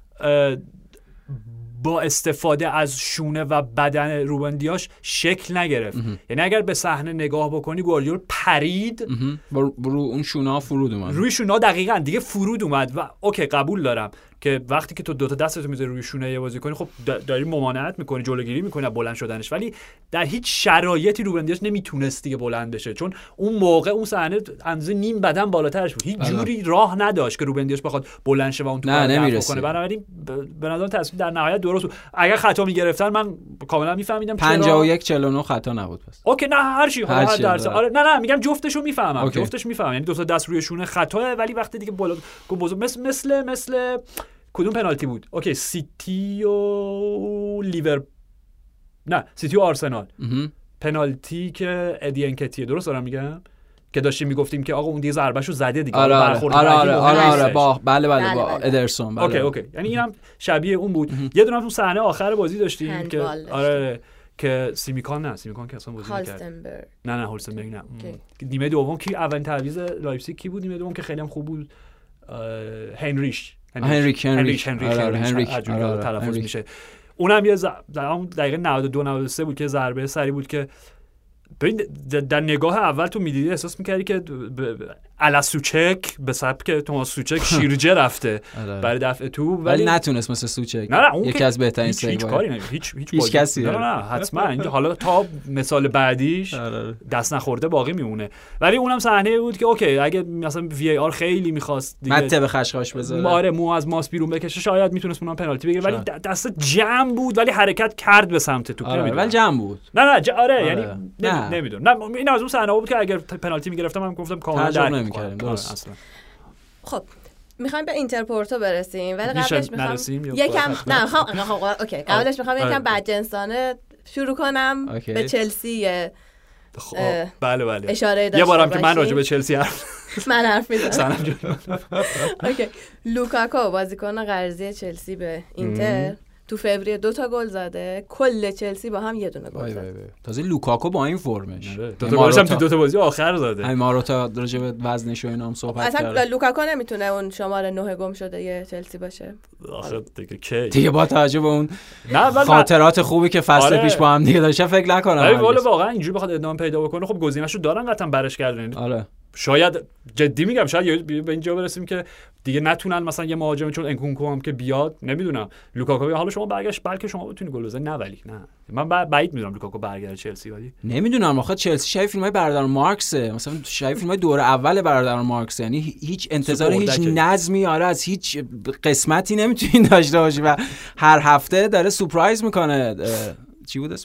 با استفاده از شونه و بدن روبن دیاش شکل نگرفت. یعنی اگر به صحنه نگاه بکنی گواردیول پرید رو اون شونه فرود اومد، روی شونه دقیقاً دیگه فرود اومد و اوکی قبول دارم که وقتی که تو 2 تا دستتو میذاری روی شونه یه بازیکن خب داری ممانعت میکنی، جلوگیری میکنی از بلند شدنش، ولی در هیچ شرایطی روبن دیاش نمیتونست دیگه بلند بشه چون اون موقع اون صحنه اندازه نیم بدن بالاترش بود، هیچ جوری راه نداشت که روبن دیاش بخواد بلند شه و اون تو نمیرسه. بنابراین به نظر تصمیم در نهایت درست بود. اگر خطا میگرفتن من کاملا میفهمیدم 51-49 خطا نبود پس اوکی نه هر چی هر درس آره نه میگم جفتشو میفهمم، جفتش میفهمم، یعنی 2 تا دست روی شونه خطاه، ولی وقتی دیگه بالا مثل کدوم پنالتی بود؟ اوکی سیتی و سیتی و آرسنال پنالتی که ادی انکتیه، درست دارم میگم که داشتیم میگفتیم که آقا اون دیگه ضربهشو زده دیگه آره بله با ادرسون اوکی یعنی اینم شبیه اون بود. یه دونه تو صحنه آخر بازی داشتیم که آره که سیمیکان که اصلا بازی نکرد، نه هولستنبرگ نه نیمه دوم کی اولین تعویض لایپزیگ کی بود نیمه دوم که خیلی هم خوب بود؟ هنریش تلفظ میشه. اونم یه دقیقه 92-93 بود که ضربه سری بود که در نگاه اول تو میدیدی احساس میکردی که الا سوچک به سبک توماس سوچک شیرجه رفته برای دفع تو، ولی نتونست مثل سوچک یکی از بهترین هیچ کاری نه هیچ کسی نه حتما حالا تا مثال بعدیش دست نخورده باقی میمونه. ولی اونم صحنه بود که اوکی اگه مثلا وی آر خیلی می‌خواست دیگه مته به خشخاش بذاره، آره مو از ماس بیرون بکشه شاید میتونست اونم پنالتی بگیره، ولی دست جمع بود ولی حرکت کرد به سمت توپ، ولی جمع بود آره یعنی نمیدونم این از اون صحنه بود که اگر پنالتی میگرفتم من گفتم کاملا درک نمی‌کردم درست. خب میخوایم به اینترپورتو برسیم ولی قبلش میخوام یکم اوکی قبلش میخوام یکم بدجنسانه شروع کنم به چلسی. بله اشاره داشته یه بارم که من راجع به چلسی من حرف میزنم. اوکی لوکاکو بازیکن قرضی چلسی به اینتر تو فوریه 2 تا گل زده، کل چلسی با هم 1 دونه گل زده. تازه لوکاکو با این فرمش 2 تا گلش هم تو 2 تا بازی آخر زده. همین ماروتا راجع به وزنش و اینا هم صحبت کرد. اصلا لوکاکو نمیتونه اون شماره 9 گم شده یه چلسی باشه. آخه دیگه با توجه به اون خاطرات خوبی که فصل پیش با هم دیگه داشتن فکر نکنم ولی واقعا اینجوری بخواد ادامه پیدا بکنه خب گزینه‌شو دارن قطعا برش کردن. آره شاید جدی میگم شاید به اینجا برسیم که دیگه نتونن مثلا یه مهاجم چون انکونکو هم که بیاد نمیدونم لوکاکو حالا شما برگشت بلکه شما بتونی گل بزنی، نه ولی نه من بعید میدونم لوکاکو برگرده چلسی. ولی نمیدونم آخه چلسی شاید فیلمای برادر مارکسه، مثلا شاید فیلمای دوره اول برادر مارکس، یعنی هیچ انتظار هیچ نظمی از هیچ قسمتی نمیتونین داشته باشی و هر هفته داره سورپرایز میکنه. چی بود اسمش؟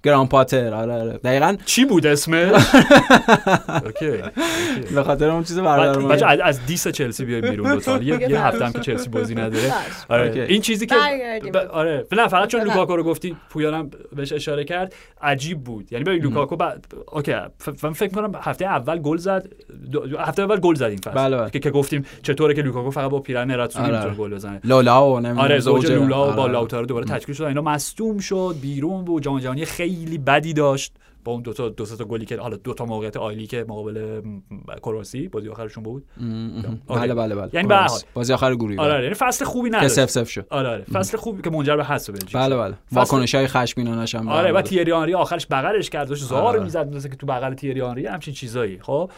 گران پاتر. آره دقیقاً چی بود اسمش؟ اوکی به خاطر اون چیز بردارم. بچا از دیس چلسی بیایم بیرون لطفا. یه هفته هم که چلسی بازی نداره. آره این چیزی که آره نه فقط چون لوکاکو رو گفتی پویانم بهش اشاره کرد عجیب بود. یعنی ببین لوکاکو اوکی من فکر می‌کنم هفته اول گل زد این فصل که گفتیم چطوره که لوکاکو فقط با پیرن راتسونی میتونه گل بزنه. لولاو نمیدونم آره زوج لولاو با لاوتارو دوباره تشکیل شد، اینا مصدوم شد بیرون بود، جام جهانی خیلی بدی داشت با اون دو تا گلی که حالا دو تا موقعیت عالی که مقابل کرواسی بازی آخرشون بود. بله یعنی به هر حال بازی آخر گروهی آره یعنی فصل خوبی نداشت که 0-0 شد. آره فصل خوبی که منجر به حذف بلژیک. بله واکنشای خشمگینانش هم آره و تیری آنری آخرش بغلش کرد داشت زار میزد مثل که تو بغل تیری آنری همچین چیزایی. خب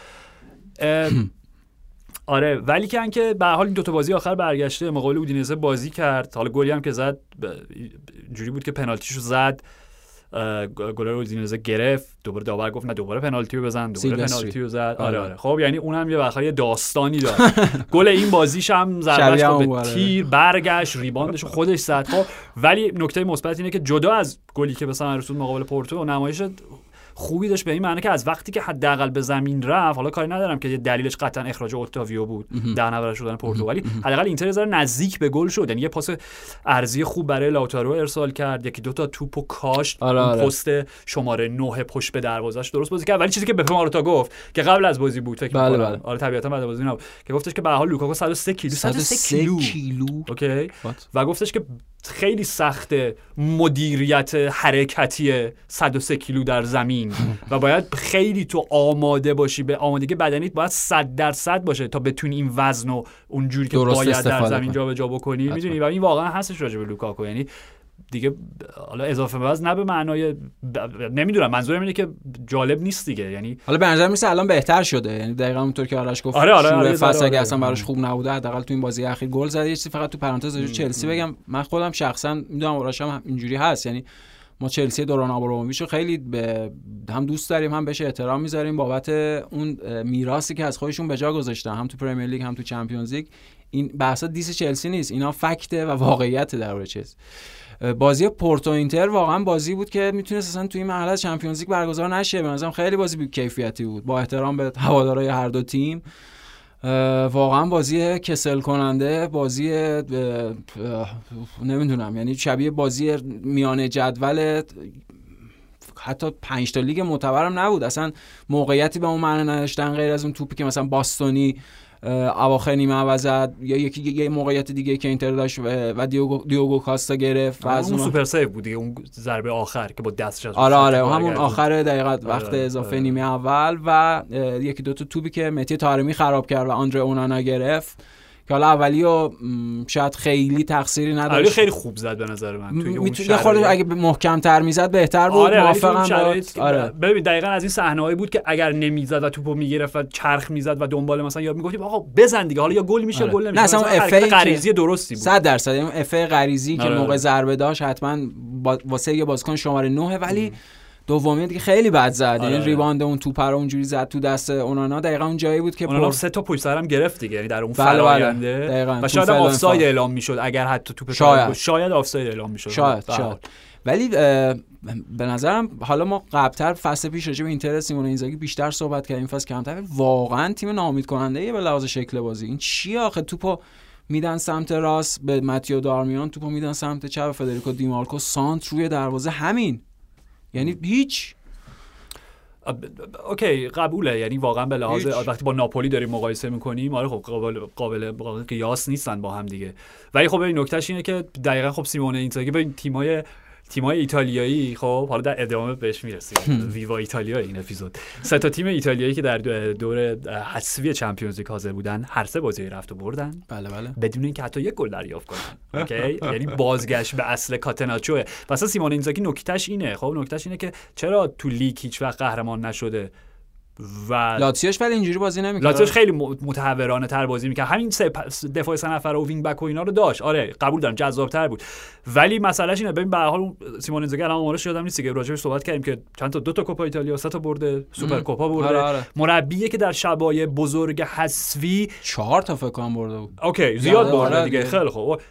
آره ولی که به هر حال این دو تا بازی آخر برگشته مقابل اودینزه بازی کرد، حالا گلی هم که زد جوری بود که پنالتیشو زد، گل رو اودینزه گرفت، دوباره داور گفت نه دوباره پنالتی رو بزن، دوباره پنالتی رو زد. آره خب یعنی اونم یه وقایع داستانی داره. گل این بازیش هم ضربهش به تیر برگشت، ریباندش خودش زد. خب ولی نکته مثبت اینه که جدا از گلی که به ثمر رسید مقابل پورتو، نمایش خوبی داشت به این معنی که از وقتی که حداقل به زمین رفت، حالا کاری ندارم که دلیلش قطعا اخراج اوتاویو بود در نبرد شدن پورتو، ولی حداقل اینتر زره نزدیک به گل شد. یعنی یه پاس ارضی خوب برای لاوتارو ارسال کرد، یکی دو تا توپو کاشت، پست شماره 9 پشت به دروازه‌اش درست بازی کرد. ولی چیزی که به ماروتا گفت که قبل از بازی بود فکر می‌کنم، آره طبیعتا بعد از بازی نبود، که گفتش که به هر حال لوکاکو 103 کیلو اوکی و گفتش که خیلی سخته مدیریت حرکتی 103 کیلو در زمین و باید خیلی تو آماده باشی، به آمادگی بدنیت باید 100% باشه تا بتونی این وزن و اونجوری که باید در زمین جابجا بکنی. میدونی و این واقعا هستش راجع به لوکاکو. یعنی دیگه حالا اضافه وزن نه به معنای نمیدونم، منظورم اینه که جالب نیست دیگه. یعنی حالا به نظر میاد الان بهتر شده، یعنی دقیقاً اونطور که آرش گفت. آره فصل اگه اصلا براش خوب نبوده حداقل تو این بازی اخیر گل زد. یه چیزی فقط تو پرانتز راجع چلسی بگم، من خودم شخصا میدونم آرش هم اینجوری هست، یعنی ما چلسی دوران آبراموویچ رو خیلی هم دوست داریم هم بهش احترام میذاریم بابت اون میراثی که از خودشون به جا گذاشتن، هم تو پرمیر لیگ هم تو چمپیونز لیگ. این بحثا دیس چلسی نیست، اینا فکته و واقعیت درباره چلسی. بازی پورتو اینتر واقعا بازی بود که میتونست اصلا توی این مرحله چمپیونز لیگ برگزار نشه. به نظرم خیلی بازی بی کیفیتی بود با احترام به هوادارهای هر دو تیم. واقعا بازی کسل کننده، بازی نمیدونم یعنی شبیه بازی میانه جدول حتی 5 تا لیگ معتبرم نبود. اصلا موقعیتی به اون معنی نداشتن غیر از اون توپی که مثلا باستونی اواخر نیمه عوض زد یا یه موقعیت دیگه که اینتر داشت و دیوگو کاستا گرفت و از اون سوپر سیو بود دیگه، اون ضربه آخر که با دستش از آره همون آخر دقیقاً وقت اضافه نیمه اول و یکی دو تا توپی که مهدی طارمی خراب کرد و آندره اونانا گرفت که حالا اولیو شاید خیلی تقصیری نداشت. خیلی خوب زد به نظر من توی اون شرایط. خورده اگه محکم‌تر میزد بهتر بود. موافقم. آره ببین دقیقاً از این صحنه‌ای بود که اگر نمیزد و توپو میگرفت و چرخ میزد و دنبال مثلا یا میگفتیم آقا بزن دیگه، حالا یا گل میشه گل نمیشه. نه اصلا حرکت غریزی درستی بود 100%. اون اف غریزی که موقع ضربه داشت حتما واسه یه بازیکن شماره 9 ولی دومی دیگه خیلی بد زد. یعنی ریباند اون توپ رو اونجوری زد تو دست اونانا، دقیقاً اون جایی بود که اونانا 3 تا پشت سرم گرفت دیگه، یعنی در اون فراینده و شاید آفساید اعلام میشد اگر حتی توپ شاید آفساید اعلام میشد شاید. ولی به نظرم حالا ما قبل‌تر فصل پیش راجع به اینتر سیمون اینزاگی بیشتر صحبت کردیم، فصل کمتر. واقعا تیم ناامید کننده به لحاظ شکل بازی. این چیه آخه؟ توپو میدن سمت راست به ماتیو دارمیان، توپو میدن سمت چپ فدریکو دیمارکو، سانت روی دروازه، همین. یعنی هیچ اوکی قبوله، یعنی واقعا به لحاظ وقتی با ناپولی داریم مقایسه میکنیم آره خب قابل قیاس نیستن با هم دیگه. ولی خب این نکتهش اینه که دقیقاً خب سیمونه اینزاگی به این تیمای ایتالیایی، خب حالا در ادامه بهش میرسیم، ویوا ایتالیا این اپیزود، 3 تا تیم ایتالیایی که در دور حذفی چمپیونز لیگ حاضر بودن هر 3 بازی رفت و بردن. بله بدون اینکه حتی یک گل دریافت کنن. اوکی یعنی بازگشت به اصل کاتناچو. واسه سیمون اینزاگی نکتهش اینه که چرا تو لیگ هیچ وقت قهرمان نشده و لاتزیوش ولی اینجوری بازی نمی‌کنه. لاتزیوش خیلی متحورانه تر بازی می‌کرد، همین دفاع 3 نفره و وینگ بک و اینا رو داشت. آره قبول دارم جذاب‌تر بود، ولی مسئلهش اینه ببین به هر حال سیمون اینزاگی الان آمارش یادم نیست که راجعش صحبت کردیم که چند تا 2 تا کوپا ایتالیا، 3 تا برده، سوپر کوپا برده. مربیه که در شبای بزرگ حذفی 4 تا فکر کنم برده بود. اوکی زیاد برده دیگه. خیلی خوب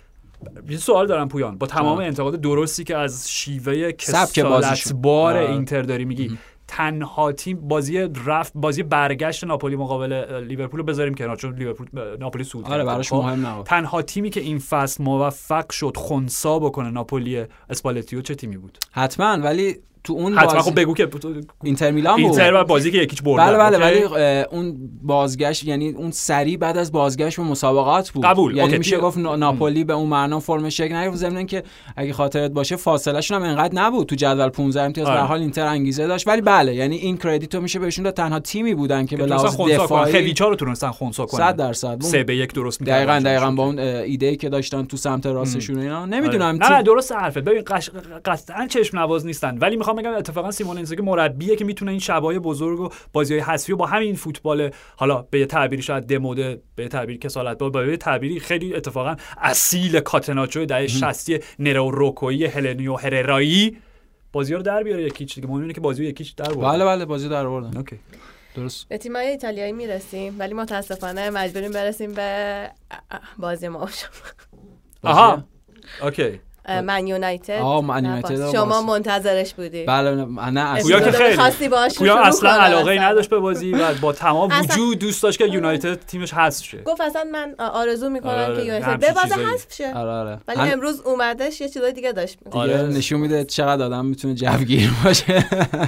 یه سوال دارم پویان، با تمام انتقاد درستی که از شیوه کسالتبار اینتر داری میگی، تنها تیم بازی برگشت ناپولی مقابل لیورپول رو بذاریم کنار چون لیورپول ناپولی صعود کرد. براش مهم نبود. تنها تیمی که این فصل موفق شد خنثی بکنه ناپولی اسپالتیو چه تیمی بود؟ حتما، ولی تو اون حتما خب بگو که اینتر میلان بود. اینتر بازی که یکیچ برد. بله ولی اون بازگشت، یعنی اون سری بعد از بازگشت به مسابقات بود. قبول. یعنی میشه گفت ناپولی به اون معنا فرمش شکل نگرفت، ضمن که اگه خاطرت باشه فاصله شون هم انقدر نبود تو جدول 15 امتیاز. به هر حال اینتر انگیزه داشت، ولی بله یعنی این کردیتو میشه بهشون داد، تنها تیمی بودن که به لحاظ دفاعی خیلیچا رو تونستن خنثی کنن 100%. 3-1 درست می‌کردن. دقیقاً با اون ایده‌ای که داشتن تو سمت راستشون اینا نمیدونم. نه درست حرفه. ببین قطعاً چشم نواز نیستن، ولی میخوام بگم اتفاقا سیمون اینزاگی مربیه که میتونه این شبای بزرگ و بازی‌های حذفی با همین فوتبال، حالا به یه تعبیری شاید دموده، به تعبیر کسالت‌بار، به یه تعبیری خیلی اتفاقا اصیل کاتناچو دهه 60 نرو روکویی هلنیو هررایی، بازی‌ها رو در بیاره یکیچ دیگه. مهم اینه که بازی یکیچ در برد. بله بازی در بردن. اوکی درست. به تیم‌های ایتالیایی میرسیم ولی متاسفانه مجبوریم برسیم به بازی ما. آها اوکی. من یونایتد. من یونایتد شما منتظرش بودی؟ بله نه پویا که خیلی خاصی باهاش پویا اصلا علاقه‌ای نداشت به بازی و با تمام وجود دوست داشت که یونایتد تیمش حذف شه. گفت اصلا من آرزو میکنم که یونایتد به بازه حذف شه. آره. ولی امروز اومدش یه چیزای دیگه داشت. نشون میده چقدر آدم میتونه جوگیر باشه.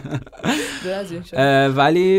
ولی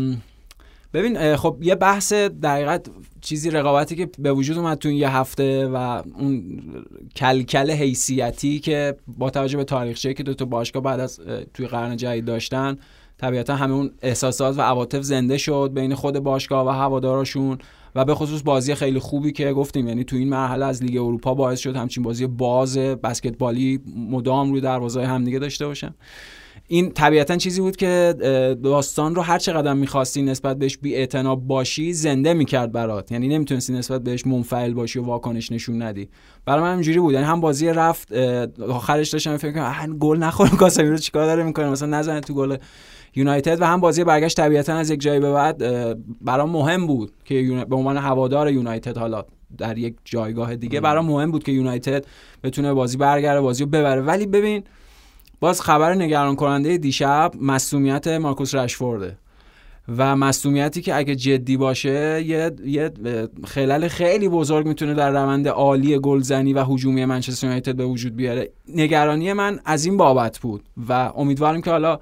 ببین خب یه بحث دقیقاً چیزی رقابتی که به وجود اومد تو این یه هفته و اون کلکل حیثیتی که با توجه به تاریخچه‌ای که دو تا باشگاه بعد از توی قرن جدید داشتن، طبیعتا همه اون احساسات و عواطف زنده شد بین خود باشگاه و هواداراشون و به خصوص بازی خیلی خوبی که گفتیم، یعنی تو این مرحله از لیگ اروپا باعث شد همچین بازی باز بسکتبالی مدام روی دروازه‌های همدیگه داشته باشن. این طبیعتا چیزی بود که داستان رو هر چقدر می‌خواستی نسبت بهش بی‌اعتنا باشی زنده می‌کرد برات، یعنی نمیتونستی نسبت بهش منفعل باشی و واکنش نشون ندی. برای من اینجوری بود، یعنی هم بازی رفت آخرش داشتم فکر می‌کردم گل نخورم کاسمیرو چیکار داره می‌کنه مثلا نزنه تو گل یونایتد، و هم بازی برگشت طبیعتا از یک جایی به بعد برام مهم بود که به عنوان هوادار یونایتد حالا در یک جایگاه دیگه برام مهم بود که یونایتد بتونه بازی برگره، بازی رو ببره. ولی ببین باز خبر نگران کننده دیشب مصونیت مارکوس رشفورده و مصونیتی که اگه جدی باشه یه خلل خیلی بزرگ میتونه در روند عالی گلزنی و هجومی منچستر یونایتد به وجود بیاره. نگرانی من از این بابت بود و امیدوارم که حالا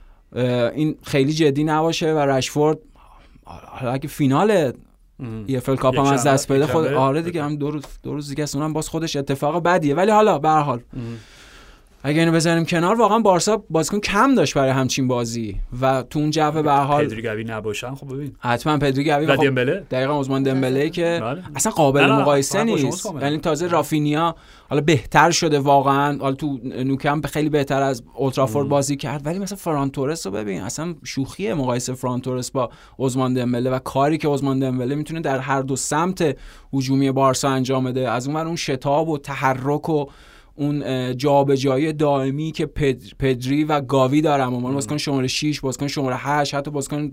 این خیلی جدی نباشه و رشفورد حالا اگه فینال EFL کاپ هم از دست بده خود آره دیگه هم دو روز دیگه اونم باز خودش اتفاق بدیه، ولی حالا به هر حال اگه اینو بزنیم کنار واقعا بارسا بازیکن کم داشت برای همچین بازی و تو اون جو به هر حال پدری گاوی نباشن. خب ببین حتما پدری گاوی و دمبله دقیقاً عثمان دمبله که اصلا قابل مقایسه نیست، یعنی تازه رافینیا حالا بهتر شده واقعا، حالا تو نوکمپ خیلی بهتر از اولترافورد بازی کرد، ولی مثلا فران تورس رو ببین اصلا شوخیه مقایسه فران تورس با عثمان دمبله و کاری که عثمان دمبله میتونه در هر دو سمت هجومی بارسا انجام بده، از اون ور اون شتاب و تحرک و اون جابجایی دائمی که پدری و گاوی دارن، اون بازیکن شماره 6 بازیکن شماره 8 حتی بازیکن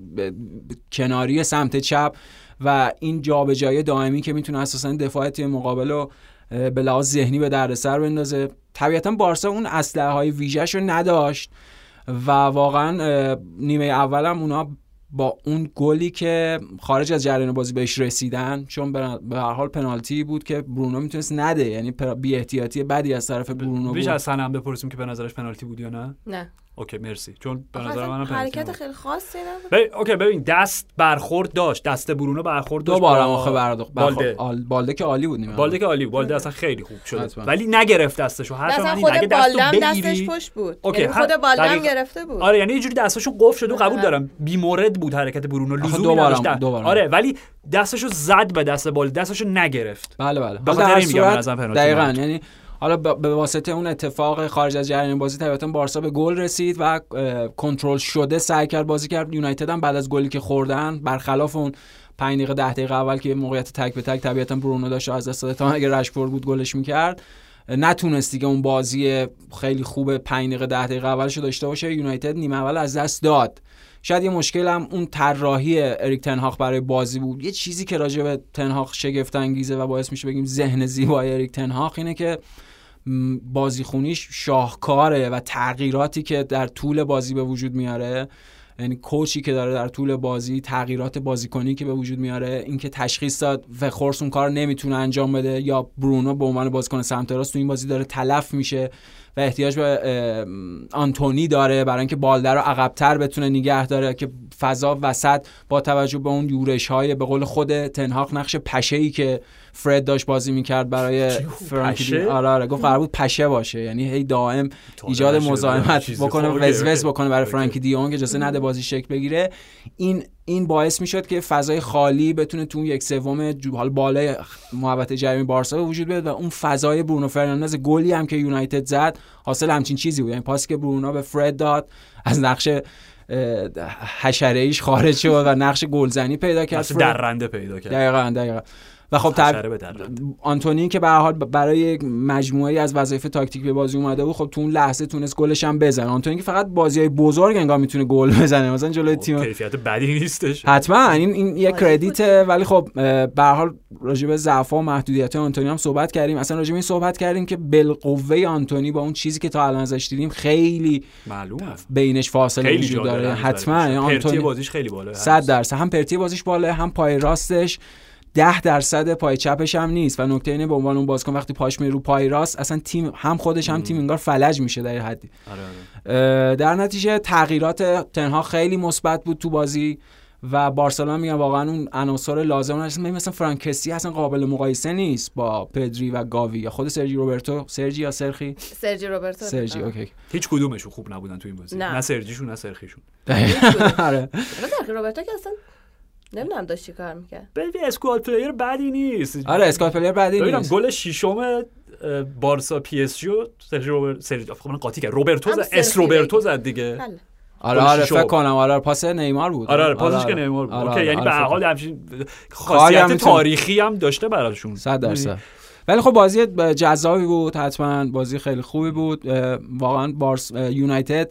کناری سمت چپ و این جابجایی دائمی که میتونه اساسا دفاع تیم مقابل رو به لحاظ ذهنی به دردسر بندازه. طبیعتا بارسا اون اسلحه‌های ویژه‌شو نداشت و واقعا نیمه اولم اونا با اون گلی که خارج از جریان بازی بهش رسیدن، چون به هر حال پنالتی بود که برونو میتونست نده، یعنی بی احتیاطی بدی از طرف برونو بود. بیش از سنم بپرسیم که به نظرش پنالتی بود یا نه اوکی مرسی، چون به نظر منم حرکت خیلی خاصی نبود. اوکی ببین دست برخورد داشت، دست برونو برخورد داشت، دوباره آخه بالده که عالی بود، نیمه بالده که عالی بود، بالده اصلا خیلی خوب شد ولی نگرفت دستشو. اصلا خود بالدم دستش پشت بود، یعنی خود بالدم گرفته بود. آره یعنی یه جوری دستاشون قفل شد و قبول دارم بی مورد بود حرکت برونو، لزومی نداشت. آره ولی دستشو زد به دست بالده، دستشو نگرفت. بله به خاطر این میگم ازم پنالتی. دقیقاً یعنی حالا به واسطه اون اتفاق خارج از جریان بازی طبیعتا بارسا به گل رسید و کنترل شده سعی کرد بازی کرد. یونایتد هم بعد از گلی که خوردن برخلاف اون 5 دقیقه 10 دقیقه اول که موقعیت تک به تک طبیعتا برونو داشت از دست داد، تا اگه رشفورد بود گلش میکرد، نتونست دیگه اون بازی خیلی خوب 5 دقیقه 10 دقیقه اولشو داشته باشه. یونایتد نیمه اول از دست داد شاید یه مشکل هم اون طراحی اریک تن هاگ برای بازی بود. یه چیزی که راجع به تن هاگ شگفت انگیزه و باعث میشه بگیم ذهن زیبای اریک تن هاگ اینه که بازیخونیش شاهکاره و تغییراتی که در طول بازی به وجود میاره، یعنی کوچی که داره در طول بازی، تغییرات بازیکنی که به وجود میاره، اینکه تشخیص داد وخورس اون کار نمیتونه انجام بده یا برونو به عنوان بازیکن سمت راست تو این بازی داره تلف میشه و احتیاج به آنتونی داره برای اینکه بالده رو عقب‌تر بتونه نگه داره که فضا وسط با توجه به اون یورش‌های به قول خود تن هاگ نقش پشه‌ای که فرد داشت بازی میکرد برای فرانکی آره گفت قرار بود پشه باشه، یعنی هی دائم ایجاد مزاحمت بکنه، وزوز بکنه برای فرانکی دیونگ اجازه نده بازی شکل بگیره. این باعث میشد که فضای خالی بتونه تو 1/3 حال بالای محوطه جریمه بارسا به وجود بیاد و اون فضای برونو فرناندز گلی هم که یونایتد زد حاصل همچین چیزی بود، یعنی پاسی که برونو به فرد داد از نقش حشره‌ایش خارج شد و نقش گلزنی پیدا کرد، درنده پیدا کرد. دقیقاً. و خب آنتونی که به هر حال برای مجموعه‌ای از وظایف تاکتیک به بازی اومده بود، خب تو اون لحظه تونست گلش هم بزنه. آنتونی که فقط بازی‌های بزرگ انگار میتونه گل بزنه، مثلا جلوی تیم کیفیت بدی نیستش حتما، این یه کردیته. ولی خب به هر حال راجع به ضعف‌ها و محدودیت‌های آنتونی هم صحبت کردیم، اصلا راجع به این صحبت کردیم که بالقوه آنتونی با اون چیزی که تا الان ازش دیدیم خیلی معلومه بینش فاصله وجود داره. حتما آنتونی بازیش خیلی بالاست، 100% هم پرتی بازیش بالاست، هم پای راستش 10% پای چپش هم نیست و نکته اینه به عنوان اون بازیکن وقتی پاش میره رو پای راست اصلا تیم هم خودش هم تیم انگار فلج میشه در حدی. در نتیجه تغییرات تن هاگ خیلی مثبت بود تو بازی و بارسلونا میگم واقعا اون عناصر لازم مثلا فرانکسی اصلا قابل مقایسه نیست با پدری و گاوی یا خود سرجی روبرتو. سرجی روبرتو اوکی. هیچ کدومشون خوب نبودن تو این بازی، نه سرجیشون نه سرخیشون. آره روبرتو که اصلا نمیدونم داشت چی کار میکرد. ببین اسکواد پلیر بدی نیست. آره اسکواد پلیر بدی نیست. ببینم گل ششم بارسا پی اس جی سرجی قاطی کرد. روبرتو زد دیگه. آره فکر کنم آره پاس نیمار بود. آره پاسش که نیمار بود. اوکی یعنی به هر حال همین خاصیت تاریخی هم داشته براشون 100%. ولی خب بازی جذابی بود، حتما بازی خیلی خوبی بود. واقعا یونایتد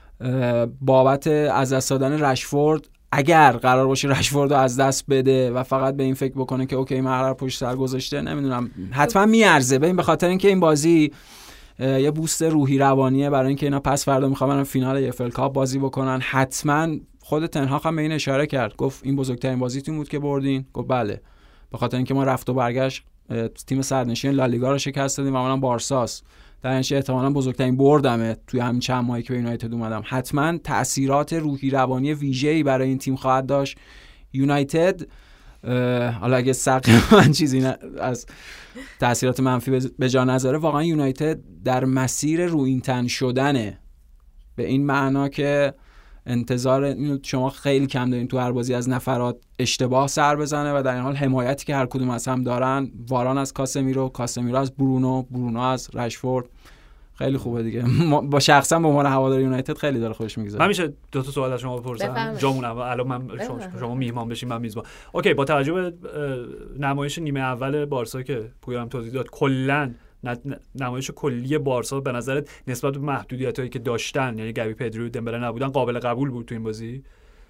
بابت از دست دادن رشفورد، اگر قرار باشه رشفورد رو از دست بده و فقط به این فکر بکنه که اوکی من هر پشت سر گذاشته، نمیدونم حتما میارزه. ببین به خاطر اینکه این بازی یه بوست روحی روانیه برای اینکه اینا پس فردا میخوان فینال اف ال کاپ بازی بکنن. حتما خود تن هاگ هم به این اشاره کرد، گفت این بزرگترین بازیتون بود که بردین. گفت بله، به خاطر اینکه ما رفت و برگشت تیم صدرنشین لالیگا رو شکست دادیم و منم بارساس، در نتیجه احتمالاً بزرگترین بردمه توی همین چند ماهی که به یونایتد اومدم. حتما تأثیرات روحی روانی ویژه‌ای برای این تیم خواهد داشت. یونایتد حالا اگه سقف من چیزی از تأثیرات منفی به جا نذاره، واقعا یونایتد در مسیر رویینتن شدنه، به این معنا که انتظار اینو شما خیلی کم دارین تو هر بازی از نفرات اشتباه سر بزنه و در این حال حمایتی که هر کدوم از هم دارن، واران از کاسمیرو از برونو از رشفورد، خیلی خوبه دیگه. با شخصا به عنوان هوادار یونایتد خیلی داره خوش میگذره. من میشه دو تا سوال از شما بپرسم؟ جامونم الان من شما میهمان بشین من میزبان. اوکی، با توجه به نمایش نیمه اول بارسا که پویان توضیح داد، کلا نمایش کلی بارسا به نظرت نسبت به محدودیتایی که داشتن، یعنی گوی پدری و دمبله نبودن، قابل قبول بود تو این بازی؟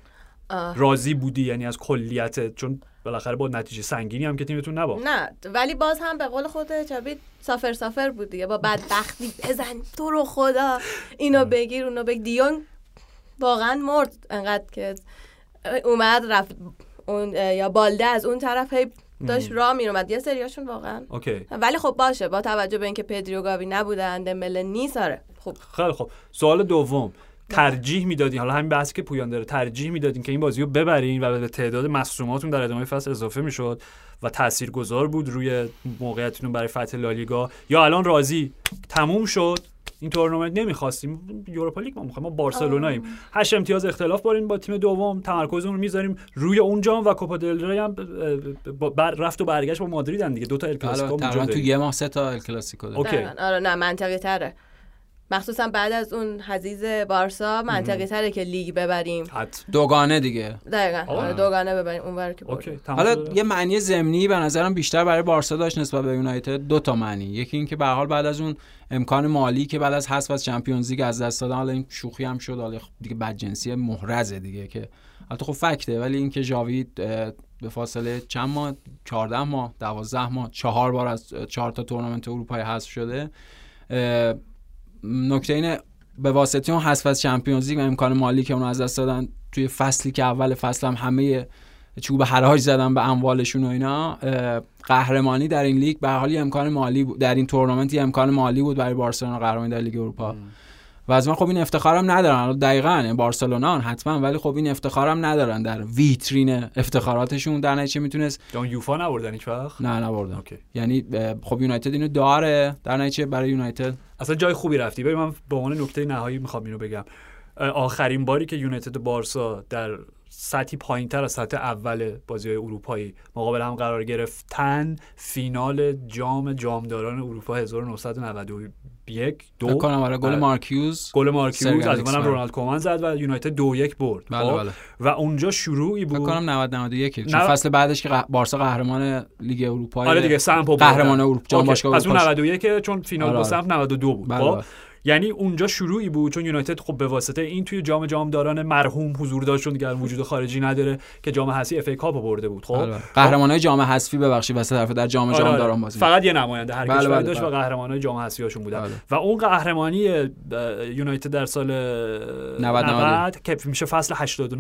راضی بودی یعنی از کلیت؟ چون بالاخره با نتیجه سنگینی هم که تیمتون نباخت. نه ولی باز هم به قول خودت چابی سافر بود دیگه، با بدبختی بزن تو رو خدا اینو بگیر اونو بگیر. دیون واقعا مرد انقدر که اومد رفت اون یا بالده از اون طرف هی داشت راه میومد، یه سریاشون واقعا اوکی. ولی خب باشه با توجه به اینکه پدری و گاوی نبودن، دمبله نیست. آره خوب. خیلی خوب. سوال دوم، ترجیح میدادین، حالا همین بحثی که پویان داره، ترجیح میدادین که این بازی رو ببرین و به تعداد مصدوماتون در ادامه فصل اضافه میشد و تاثیرگذار بود روی موقعیتتون برای فتح لالیگا، یا الان راضی تموم شد این تورنمنت نمیخواستیم یوروپا لیگ، ما میخوایم، ما بارسلوناییم، 8 امتیاز اختلاف داریم با تیم دوم، تمرکزمون رو میذاریم روی اون جام و کوپا دل ری هم رفت و برگشت با مادریدن دیگه، 2 تا ال کلاسیکو اونجا تو یه ماه 3 تا ال کلاسیکو داره. اوکی. آره نه منطقی تره. مخصوصا بعد از اون حضیض بارسا منطقی تره که لیگ ببریم دوگانه دیگه. دقیقاً دوگانه ببریم اونور که حالا یه معنی ضمنی به نظرم بیشتر برای بارسا داشت نسبت به یونایتد. دو تا معنی، یکی این که به هر حال بعد از اون امکان مالی که بعد از حذف از چمپیونز لیگ از دست دادن، حالا این شوخی هم شد، حالا دیگه بدجنسی محرزه دیگه که البته خب فکته، ولی این که ژاوی به فاصله چند ماه 14 ماه 12 ماه 4 بار از 4 تا تورنمنت اروپایی حذف شده. نکته اینه به واسطه اون حذف از چمپیونز لیگ و امکان مالی که اون از دست دادن توی فصلی که اول فصل هم همه چوب حراج زدن به اموالشون و اینا، قهرمانی در این لیگ به هر حال امکان مالی بود، در این تورنمنت امکان مالی بود برای بارسلونا قهرمانی در لیگ اروپا. و از من خب این افتخارم ندارن دقیقاً بارسلونا حتما، ولی خب این افتخارم ندارن در ویترین افتخاراتشون. در نتیجه میتونست جام یوفا نبردن هیچ وقت. نه نبردن. یعنی خب یونایتد اینو داره، در نتیجه برای یونایتد اصلا جای خوبی رفتی. ببین من به عنوان نکته نهایی میخوام اینو بگم، آخرین باری که یونایتد و بارسا در سطحی پایین‌تر از سطح اول بازی‌های اروپایی مقابل هم قرار گرفتن، فینال جامداران اروپا 1991 فکر کنم برای گل مارکیوز از منم رونالد کومان زد و یونایتد 2-1 برد. بله. و اونجا شروعی بود، فکر کنم 91 چون فصل بعدش که بارسا قهرمان لیگ اروپا، آره دیگه سمپو قهرمان اروپا جام باشگاه اروپا، از اون 91 چون فینال با سمپ 92 بود. خب یعنی اونجا شروعی بود، چون یونایتد خب به واسطه این توی جامداران مرحوم حضور داشت، چون دیگه وجود خارجی نداره، که جام حذفی اف ای کاپ برده بود. خب قهرمانای جام حذفی ببخشید واسه طرف در جامداران بازی فقط یه نماینده هر کشوری داشت و قهرمانای جام حذفی هاشون بودن. و اون قهرمانی یونایتد در سال 90 که میشه فصل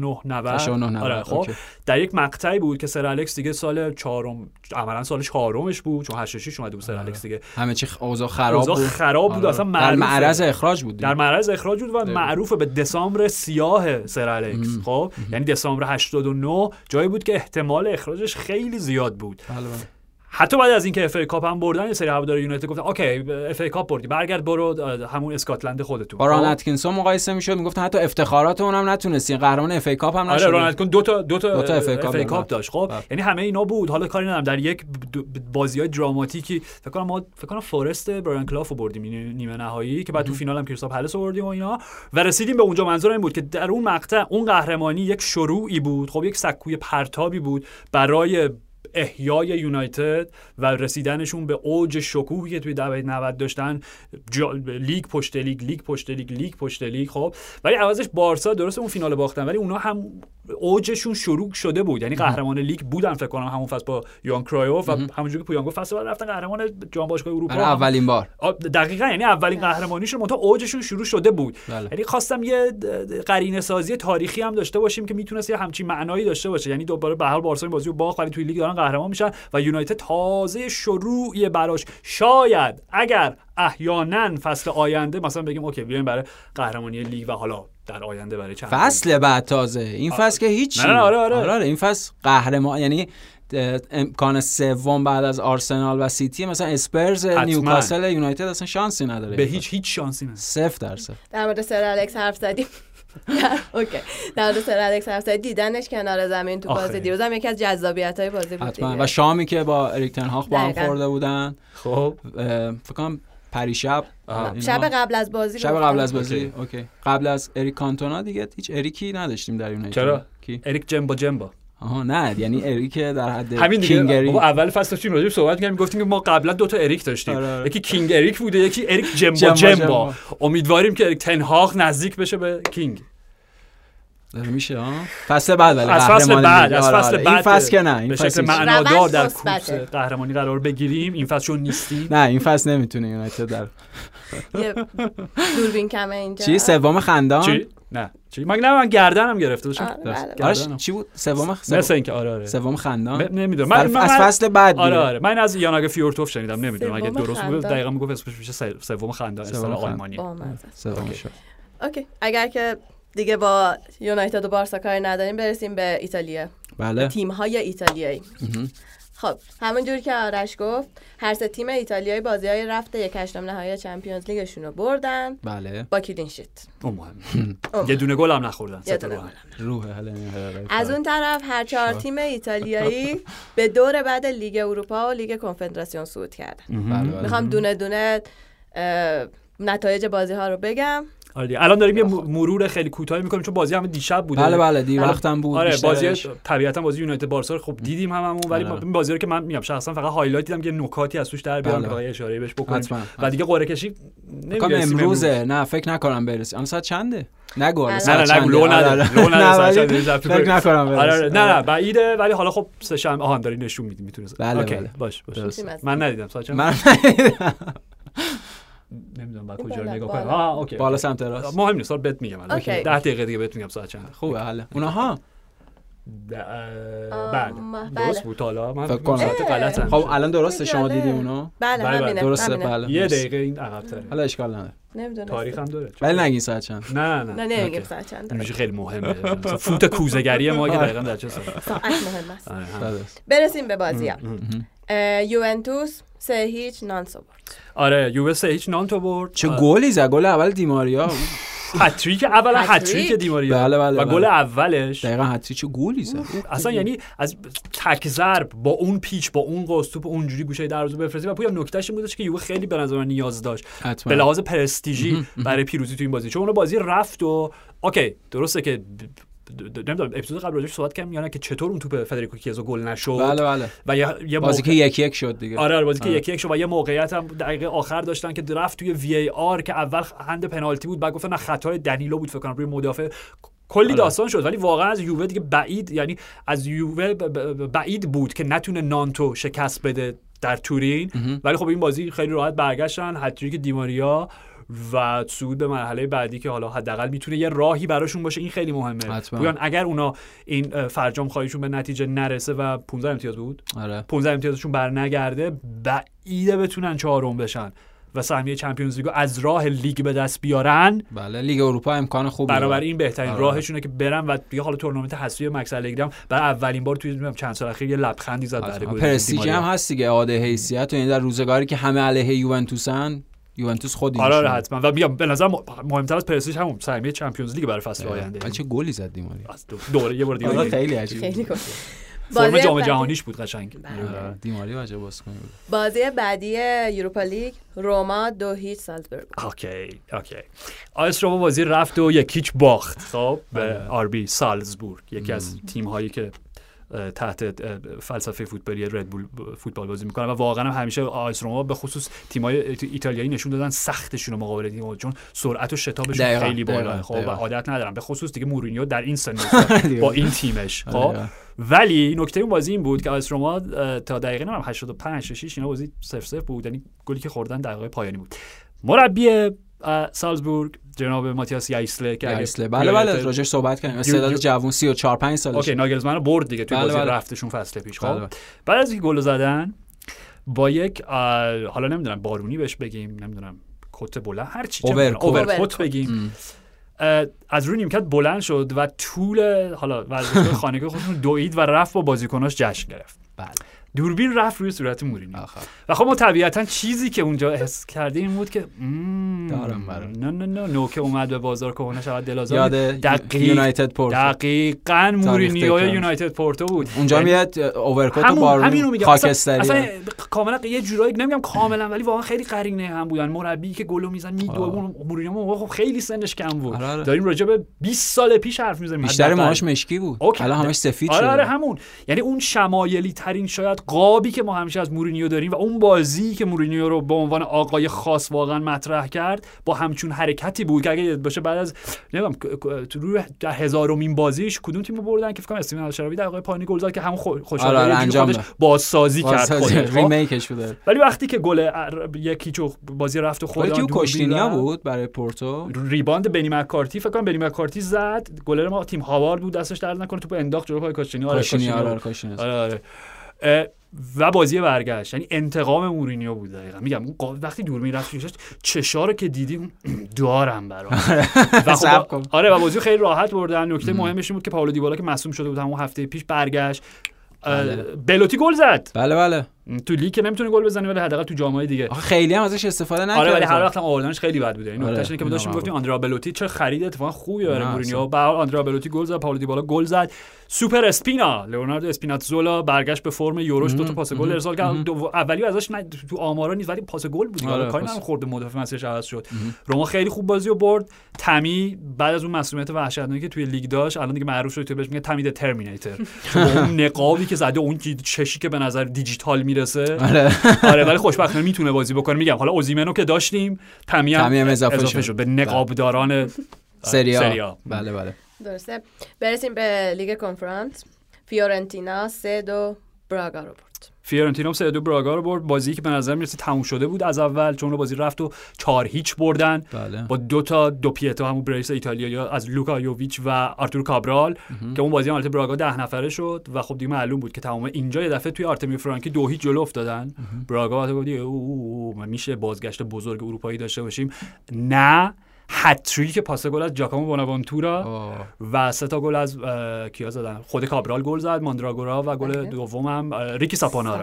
89 آره خب در یک مقطعی بود که سر الکس دیگه سال چهارم، عملاً سال چهارمش بود، چون 86 اومده بود سر الکس دیگه، همه چی اوضاع خراب بود، اصلا معرض اخراج بود در معرض اخراج بود و معروف به دسامبر سیاه سر الکس. خب یعنی دسامبر 89 جایی بود که احتمال اخراجش خیلی زیاد بود. حتی بعد از اینکه اف ای کاپ هم بردن، یه سری هوادار یونایتد گفتن اوکی اف ای کاپ بردی، برگرد برو همون اسکاتلند خودتون. با ران اتکینسون مقایسه میشد، میگفتن حتی افتخارات اونم نتونستین، قهرمان اف ای کاپ هم نشد. آره ران اتکینسون دو تا اف ای کاپ داشت. خب یعنی همه اینا بود. حالا کاری ندارم، در یک بازی‌های دراماتیکی فکر کنم فورست برایان کلافو بردیم نیمه نهایی، که بعد تو فینال هم کریستال پالاس بردیم و اینا و رسیدیم به اونجا. منظور این بود که در اون مقطع اون قهرمانی یک شروعی بود، خب یک سکوی پرتابی بود برای احیای یونایتد و رسیدنشون به اوج شکوهی که توی دهه 90 داشتن، لیگ پشت لیگ. خب ولی عوضش بارسا درست اون فینال باختن، ولی اونا هم اوجشون شروع شده بود، یعنی قهرمان لیگ بودن فکر کنم همون فصل با یوان کرایوف و همونجوری که پویان گفت فصل بعد رفتن قهرمان جام باشگاه اروپا اولین بار. دقیقاً یعنی اولین قهرمانیشون منتها اوجشون شروع شده بود. یعنی خواستم یه قرینه سازی تاریخی هم داشته باشیم که میتونست یه همچین معنایی داشته باشه، یعنی دوباره به هر حال بارسا این بازیو باخت ولی توی لیگ دارن قهرمان میشن و یونایتد تازه شروعی براش. شاید اگر احیانا فصل آینده مثلا بگیم اوکی بیایم برای قهرمانی لیگ و حالا در آینده برای چند فصل بعد تازه این فصل که هیچی. آره این فصل قهرمان، یعنی امکان سوم بعد از آرسنال و سیتی، مثلا اسپرز، نیوکاسل، یونایتد اصلا شانسی نداره، به هیچ شانسی نداره. 0%. در مورد سر الکس حرف زدیم. اوکی، در مورد سر الکس حرف زدیم، دیدنش کنار زمین تو بازی دیروز هم یکی از جذابیت‌های بازی بود و شامی که با اریک تن هاگ با هم خورده بودن. خب فکر کنم پریشب شب قبل از بازی اوکی قبل از اریک کانتونا دیگه هیچ اریکی نداشتیم در یونایتد. چرا؟ اریک جمبا نه یعنی اریک در حد همین کینگ اریک. اول فصل داشتیم راجع به صحبت می‌کردیم، گفتیم که ما قبلا 2 تا اریک داشتیم. یکی کینگ اریک بوده، یکی اریک جمبا. امیدواریم که اریک تن هاگ نزدیک بشه به کینگ. میشه فصل بعد، ولی از فصل بعد این فصل که نه، این فصل معنادار در کورس قهرمانی قرار بگیریم. این فصل چون نیستیم، نه این فصل نمیتونه یونایتد در یه دوربین کمه اینجا. چی سوم خندان؟ چی؟ نه چی؟ من گردنم گرفته داشتم. آره چی بود سوم؟ مثلا اینکه آره سوم خندان نمیدونم. من از فصل بعد آره من از یاناگ فیورتوف شنیدم، نمیدونم اگه درست بود دقیقاً میگفت اسمش میشه سوم خندان اصطلاح آلمانی. اوکی اگر که دیگه با یونایتد و بارسا کاری نداریم، برسیم به ایتالیا. بله. تیم‌های ایتالیایی. خب همونجوری که آرش گفت، هر سه تیم ایتالیایی بازی‌های رفت یک هشتم نهایی چمپیونز لیگشون رو بردن. بله. با کلین شیت. یه دونه گل هم نخوردن. از اون طرف هر 4 تیم ایتالیایی به دور بعد لیگ اروپا و لیگ کنفدراسیون صعود کردن. میخوام دونه دونه نتایج بازی ها رو بگم. الان داریم یه مرور خیلی کوتاهی میکنیم چون بازی هم دیشب بوده. بله دیر وقتم بود. آره بازی طبیعتا بازی یونایتد بارسا رو خب دیدیم هممون، ولی این بازی رو که من میگم شخصا فقط هایلایت دیدم که نکاتی از توش در بیارم که اشاره بهش بکنیم و دیگه قرعه کشی نمی‌رسیم امروزه. نه فکر نکنم برسه. الان ساعت چنده؟ نگو نه لو نداره فکر نکنم برسه. نه بعیده، ولی حالا خب سه شنبه آهان داری نشون میدی میتونه. بله باش من ندیدم ساعت چند. نمیدونم بعد کجا رو نگاه کنم. اوکی بالا سمت راست. مهم نیست بهت میگم الان 10 دقیقه دیگه بهت میگم ساعت چنده. خوبه حالا اونها بله درست بود. حالا من فکر کنم ساعت غلطم. خب الان درسته شما دیدی اونو؟ بله درسته. بله یه دقیقه این عقب‌تره. حالا اشکال نداره. نمیدونم تاریخ هم داره. ولی نگین ساعت چند. نه نمیگم ساعت چند. میشه خیلی مهمه. فوت کوزه‌گری ما که دقیقاً در چه ساعت مهم است. برسیم به بازی‌ها. یوونتوس 3-0 نانتو برد. آره یووه 3-0 نانتو برد. چه گلی زد. گل اول دیماریا. هتریک اولا هتریک دیماریا. بله و گل اولش دقیقاً هتریک. چه گلی زد اصلا، یعنی از تک ضرب با اون پیچ با اون قوس توپ اونجوری گوشه دروازه بفرستی. و پویا نکتهش این بودش که یووه خیلی به نظر من نیاز داشت به لحاظ پرستیژی برای پیروزی تو این بازی، چون اون بازی رفت و اوکی درسته که نمیدونم اپیزود قبل راجعش صحبت کردم یا نه که چطور اون توپ فدریکو کیزا گل نشد. بله و یه بازی که 1-1 شد دیگه. آره بازی که 1-1 شد و یه موقعیت هم دقیقه آخر داشتن که رفت توی وی آر که اول هند پنالتی بود، بعد گفتن نه خطای دنیلو بود فکر کنم روی مدافع. کلی داستان شد، ولی واقعا از یووه دیگه بعید، یعنی از یووه بعید بود که نتونه نانتو شکست بده در تورین. ولی خب این بازی خیلی راحت برگشتن، هتریک دیماریا و صعود به مرحله بعدی که حالا حداقل میتونه یه راهی براشون باشه. این خیلی مهمه. بگن اگر اونا این فرجام خواهیشون به نتیجه نرسه و 15 امتیاز بود، 15 امتیازشون برنگرده، بعیده بتونن چهارم بشن و سهمیه چمپیونز لیگو از راه لیگ به دست بیارن. بله لیگ اروپا امکان خوبه. برابر این بهترین راهشونه که برن و دیگه حالا تورنمنت حذفی مکس الگری هم برای اولین بار توی چند سال اخیر یه لبخندی زد برای گل. پرستیژ هم هست دیگه، اعاده حیثیت، یعنی در روزگاری که همه علیه یوونتوسن، یوونتوس خودی آره حتما. و میگم به نظر مهمتر از پرستیژ همون سهمیه چمپیونز لیگ برای فصل آینده. ولی چه گلی زد دیماری دوره یه بار دیگه. خیلی عجیبه. فرم جام جهانیش بود قشنگ. دیماری واجب بازیکن بود. بازی بعدی یوروپا لیگ روما 2-0 سالزبورگ. اوکی آیس روما بازی رفت و 1-0 باخت خب به آربی سالزبورگ، یکی از تیم هایی که تحت فلسفه فوتبالی رد بول فوتبال بازی میکنن و واقعا همیشه آیس روما به خصوص تیم‌های ایتالیایی نشون دادن سختشون رو مقابل تیم، چون سرعت و شتابشون خیلی بالا خب و عادت ندارن، به خصوص دیگه مورینیو در این سن با این تیمش خب. ولی نکته اون بازی این بود که آیس روما تا دقیقه 85 6 اینا بازی 0-0 بود، یعنی گلی که خوردن دقیقه پایانی بود. مربی سالزبورگ جناب ماتیاس یایسله که بله راجعش صحبت کردیم، استعداد جوون 34-5 سالشه. اوکی ناگلزمن رو برد دیگه توی بازی رفتشون فصل پیش خب. بعد از اینکه گل زدن با یک حالا نمیدونم بارونی بهش بگیم، نمیدونم کت بلند هر چی اوورکوت بگیم، از روی نیمکت بلند شد و طول حالا ورزشگاه خانگی خودشون دوید و رفت با بازیکناش جشن گرفت. بله دوربین رفت روی صورت مورینیو و خب ما طبیعتا چیزی که اونجا حس کردیم این بود که دارم برام نه نوکه اومد به بازار کهنه شود دلازار. یونایتد پورتو دقیقاً مورینیو یونایتد پورتو بود. اونجا میاد اوورکوت و بارون خاکستری اصلا کاملا یه جورایی نمیگم کاملا ولی واقعا خیلی قرینه هم بودن. مربی که گلو میزنه میدوه، مورینیو خب خیلی سنش کم بود. داریم راجع به 20 سال پیش حرف میزنیم. بیشتر ماهاش مشکی بود، الان همش سفید شده. آره همون، یعنی اون شمایلی ترین شاید قابی که ما همیشه از مورینیو داریم و اون بازی که مورینیو رو به عنوان آقای خاص واقعا مطرح کرد با همچون حرکتی بود که اگه باشه بعد از نمیدونم روی در هزارمین بازیش کدوم تیمو بردن که فکر کنم استیون الشراوی دقیقه پایانی گل زد که همون خوشحالی خودش بازسازی کرد خودش ریمیکش بوده. ولی وقتی که گل یکی چو بازی رفت و خودش کوشتینیا بود برای پورتو، ریباند بنی مکارتی فکر کنم بنی مکارتی زد، گلر ما تیم هاوارد بود دستش درد نکنه توپ انداخت جلوی پای کوشتینیا. آره و بازی برگشت، یعنی انتقام مورینیو بود دقیقاً. میگم وقتی دور میرفت چشا رو که دیدیم دارم برام و خب آره و بازی خیلی راحت بردن. نکته مهمش این بود که پائولو دیبالا که مصدوم شده بود همون هفته پیش برگشت. بلوتی گل زد. بله تو لیگ که نمیتونه گل بزنه ولی حداقل تو جام‌های دیگه خیلی هم ازش استفاده نکرد. آره ولی هر وقت آوردنش خیلی بد بوده. این نکتهش اینه که ما داشتیم گفتیم آندرا بلوتی چه خرید اتفاقا خوبی برای مورینیو. بعد آندرا بلوتی گل زد، پائولو دیبالا گل زد، سوپر اسپینا لئوناردو اسپیناتزولا برگشت به فرم یوروش، 2 تا پاس گل ارسال کرد. اولی ازش تو آمارا نیست ولی پاس گل بود. حالا کاری نمی‌کنه خورده مدافع مسیرش عوض شد. روما خیلی خوب بازیو برد. تامی بعد از اون مسئولیت وحشتناکی که توی لیگ داشت الان دیگه معروف شد، تو بهش میگه تامی د ترمینیتور. اون نقابی که زده، اون چشی که به نظر دیجیتال میرسه. آره ولی خوشبختانه میتونه بازی بکنه. میگم حالا اوزیمنو که داشتیم، تامی هم اضافه شد به نقابداران سری آ. بله درسته. برسیم به لیگ کنفرانس. فیورنتینا 3-2 براگا رو برد. فیورنتینا 3-2 براگا رو برد. بازی که به نظر میرسه تموم شده بود از اول، چون بازی رفت و 4-0 بردن. با 2 پیتا همون بریس ایتالیایی از لوکا یوویچ و آرتور کابرال که اون بازی البته براگا 10 نفره شد و خب دیگه معلوم بود که تمام اینجا یه دفعه توی آرتمی فرانکی 2-0 جلو افتادن. براگا گفت میشه بازگشت بزرگ اروپایی داشته باشیم. نه، هتریک پاس گل از جاکامو بوناونتورا و 3 تا گل از کیا زدن؟ خود کابرال گل زد، ماندراگورا و گل دومم ریکی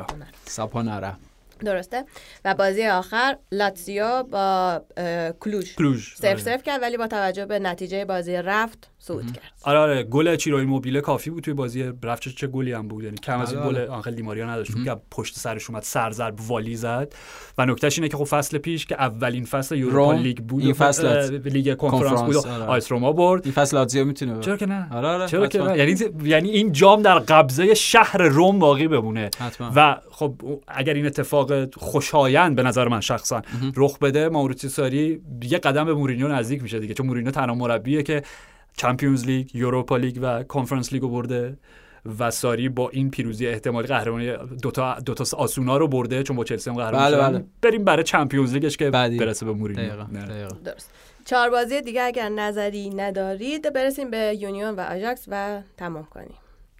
ساپانارا. درسته. و بازی آخر لاتزیو با کلوژ 0-0 کرد ولی با توجه به نتیجه بازی رفت صعود کرد. آره گل چیرو ایموبیله کافی بود توی بازی رفت. چه گلی هم بود، یعنی کم از این گل آنخل دیماریا نداشت که پشت سرش اومد سرضرب والی زد. و نکتهش اینه که خب فصل پیش که اولین فصل یوروپا لیگ بود، این فصل لیگ کنفرانس بود، آیس روما برد. این فصل لاتزیو میتونه. چرا که نه؟ آره چرا که نه؟ یعنی این جام در قبضه شهر روم باقی بمونه. و خب اگر این اتفاق خوشایند به نظر من شخصا رخ بده، ماوریتسیو ساری یه قدم به مورینیو نزدیک میشه دیگه، چون مورینیو تنها مربیه که چمپیونز لیگ، یوروپا لیگ و کنفرانس لیگو برده و ساری با این پیروزی احتمالی قهرمانی دو تا آسونا رو برده، چون با چلسی هم قهرمان شدن. بریم برای چمپیونز لیگش که برسه به مورینیو. درست. 4 بازی دیگه اگر نظری ندارید برسیم به یونیون و آژاکس و تمام کنیم.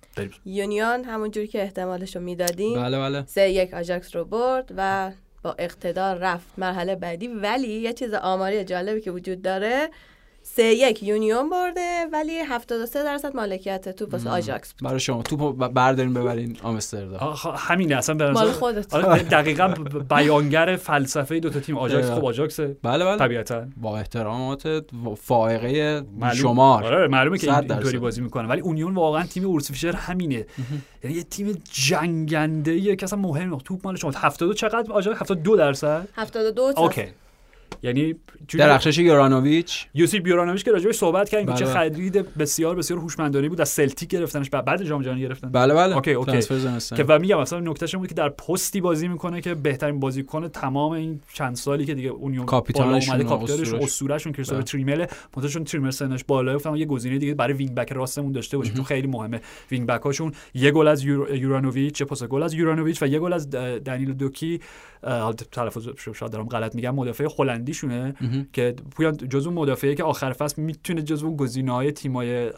یونیون همونجوری که احتمالش رو میدادیم 3-1 آژاکس رو برد و با اقتدار رفت مرحله بعدی. ولی یه چیز آماری جالبی که وجود داره، 3-1 یونیون برده ولی 73% مالکیت توپ واسه آژاکس. برای شما توپو بردارین ببرین آمستردام. همین اصلا به مال خودت. دقیقاً بیانگر فلسفه دو تا تیم. آژاکس خب آژاکسه بله طبیعتاً با احترامات فائقه شمار. آره معلومه که اینطوری بازی میکنه، ولی اونیون واقعا تیم اورس فیشر همینه. یعنی یه تیم جنگنده‌ایه که اصلا مهم نیست توپ مال شما. 72 چقدر آژاکس؟ 72%. 72. اوکی. یعنی درخشش یورانوویچ، یوسیپ یورانوویچ که راجعش صحبت کردیم که چه خرید بسیار بسیار هوشمندانه بود. از سلتیک گرفتنش، بعد جام جهانی گرفتن. بله اوکی. که و میگم مثلا نکتهش این بود که در پستی بازی میکنه که بهترین بازیکن تمام این چند سالی که دیگه اونیون کاپیتانش اسطورهشون کریستوفر تریمل، منتها تریمل سنش بالا، گفتم یه گزینه دیگه برای وینگ بک راستمون داشته باشیم چون خیلی مهمه. وینگ بک هاشون یه گل از یورانوویچ، پاس گل از یورانوویچ و یه گل از دنیل دوکی، تلفظ شاید دارم غلط میگم، مدافع هلندیشونه که پویان جزو مدافعی که آخر فصل میتونه جزو گزینه‌های تیم‌های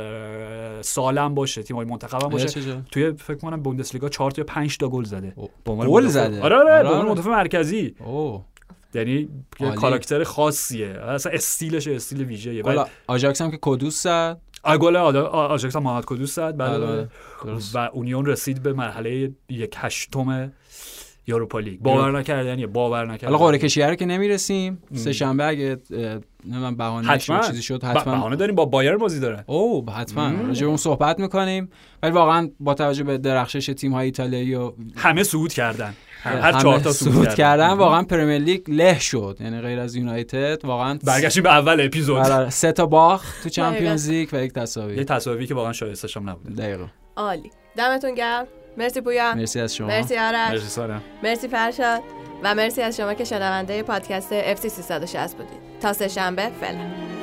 سالم باشه، تیم‌های منتخب هم باشه. توی فکر کنم بوندسلیگا 4 تا یا 5 تا گل زده. گل زده. آره به عنوان مدافع مرکزی. یعنی یه کاراکتر خاصیه، اصلا استیلش استیل ویژه‌ایه. گل آژاکس هم که کدوس زد. گل آژاکس هم محمد کدوس زد. بله. و اونیون رسید به مرحله 1/8 یوروپا لیگ. باور نکردنیه. حالا قرعه کشی رو که نمیرسیم، سه شنبه اگه من بهانه چیزی شد حتما بهانه داریم، با بایرن بازی داره. حتما راجع به اون صحبت می‌کنیم. ولی واقعا با توجه به درخشش تیم‌های ایتالیایی و همه صعود کردن، هر 4 تا صعود کردن، واقعا پرمیر لیگ له شد. یعنی غیر از یونایتد واقعا برگشتیم به اول اپیزود. 3 تا باخت تو چمپیونز لیگ و 1 تساوی. یه تساوی که واقعا شایسته‌ش هم نبود. دقیقاً. عالی. دمتون گرم. مرسی پویان. مرسی از شما. مرسی آرش. مرسی سارا. مرسی فرشاد و مرسی از شما که شنونده پادکست FC 360 بودید. تا سه شنبه فعلا.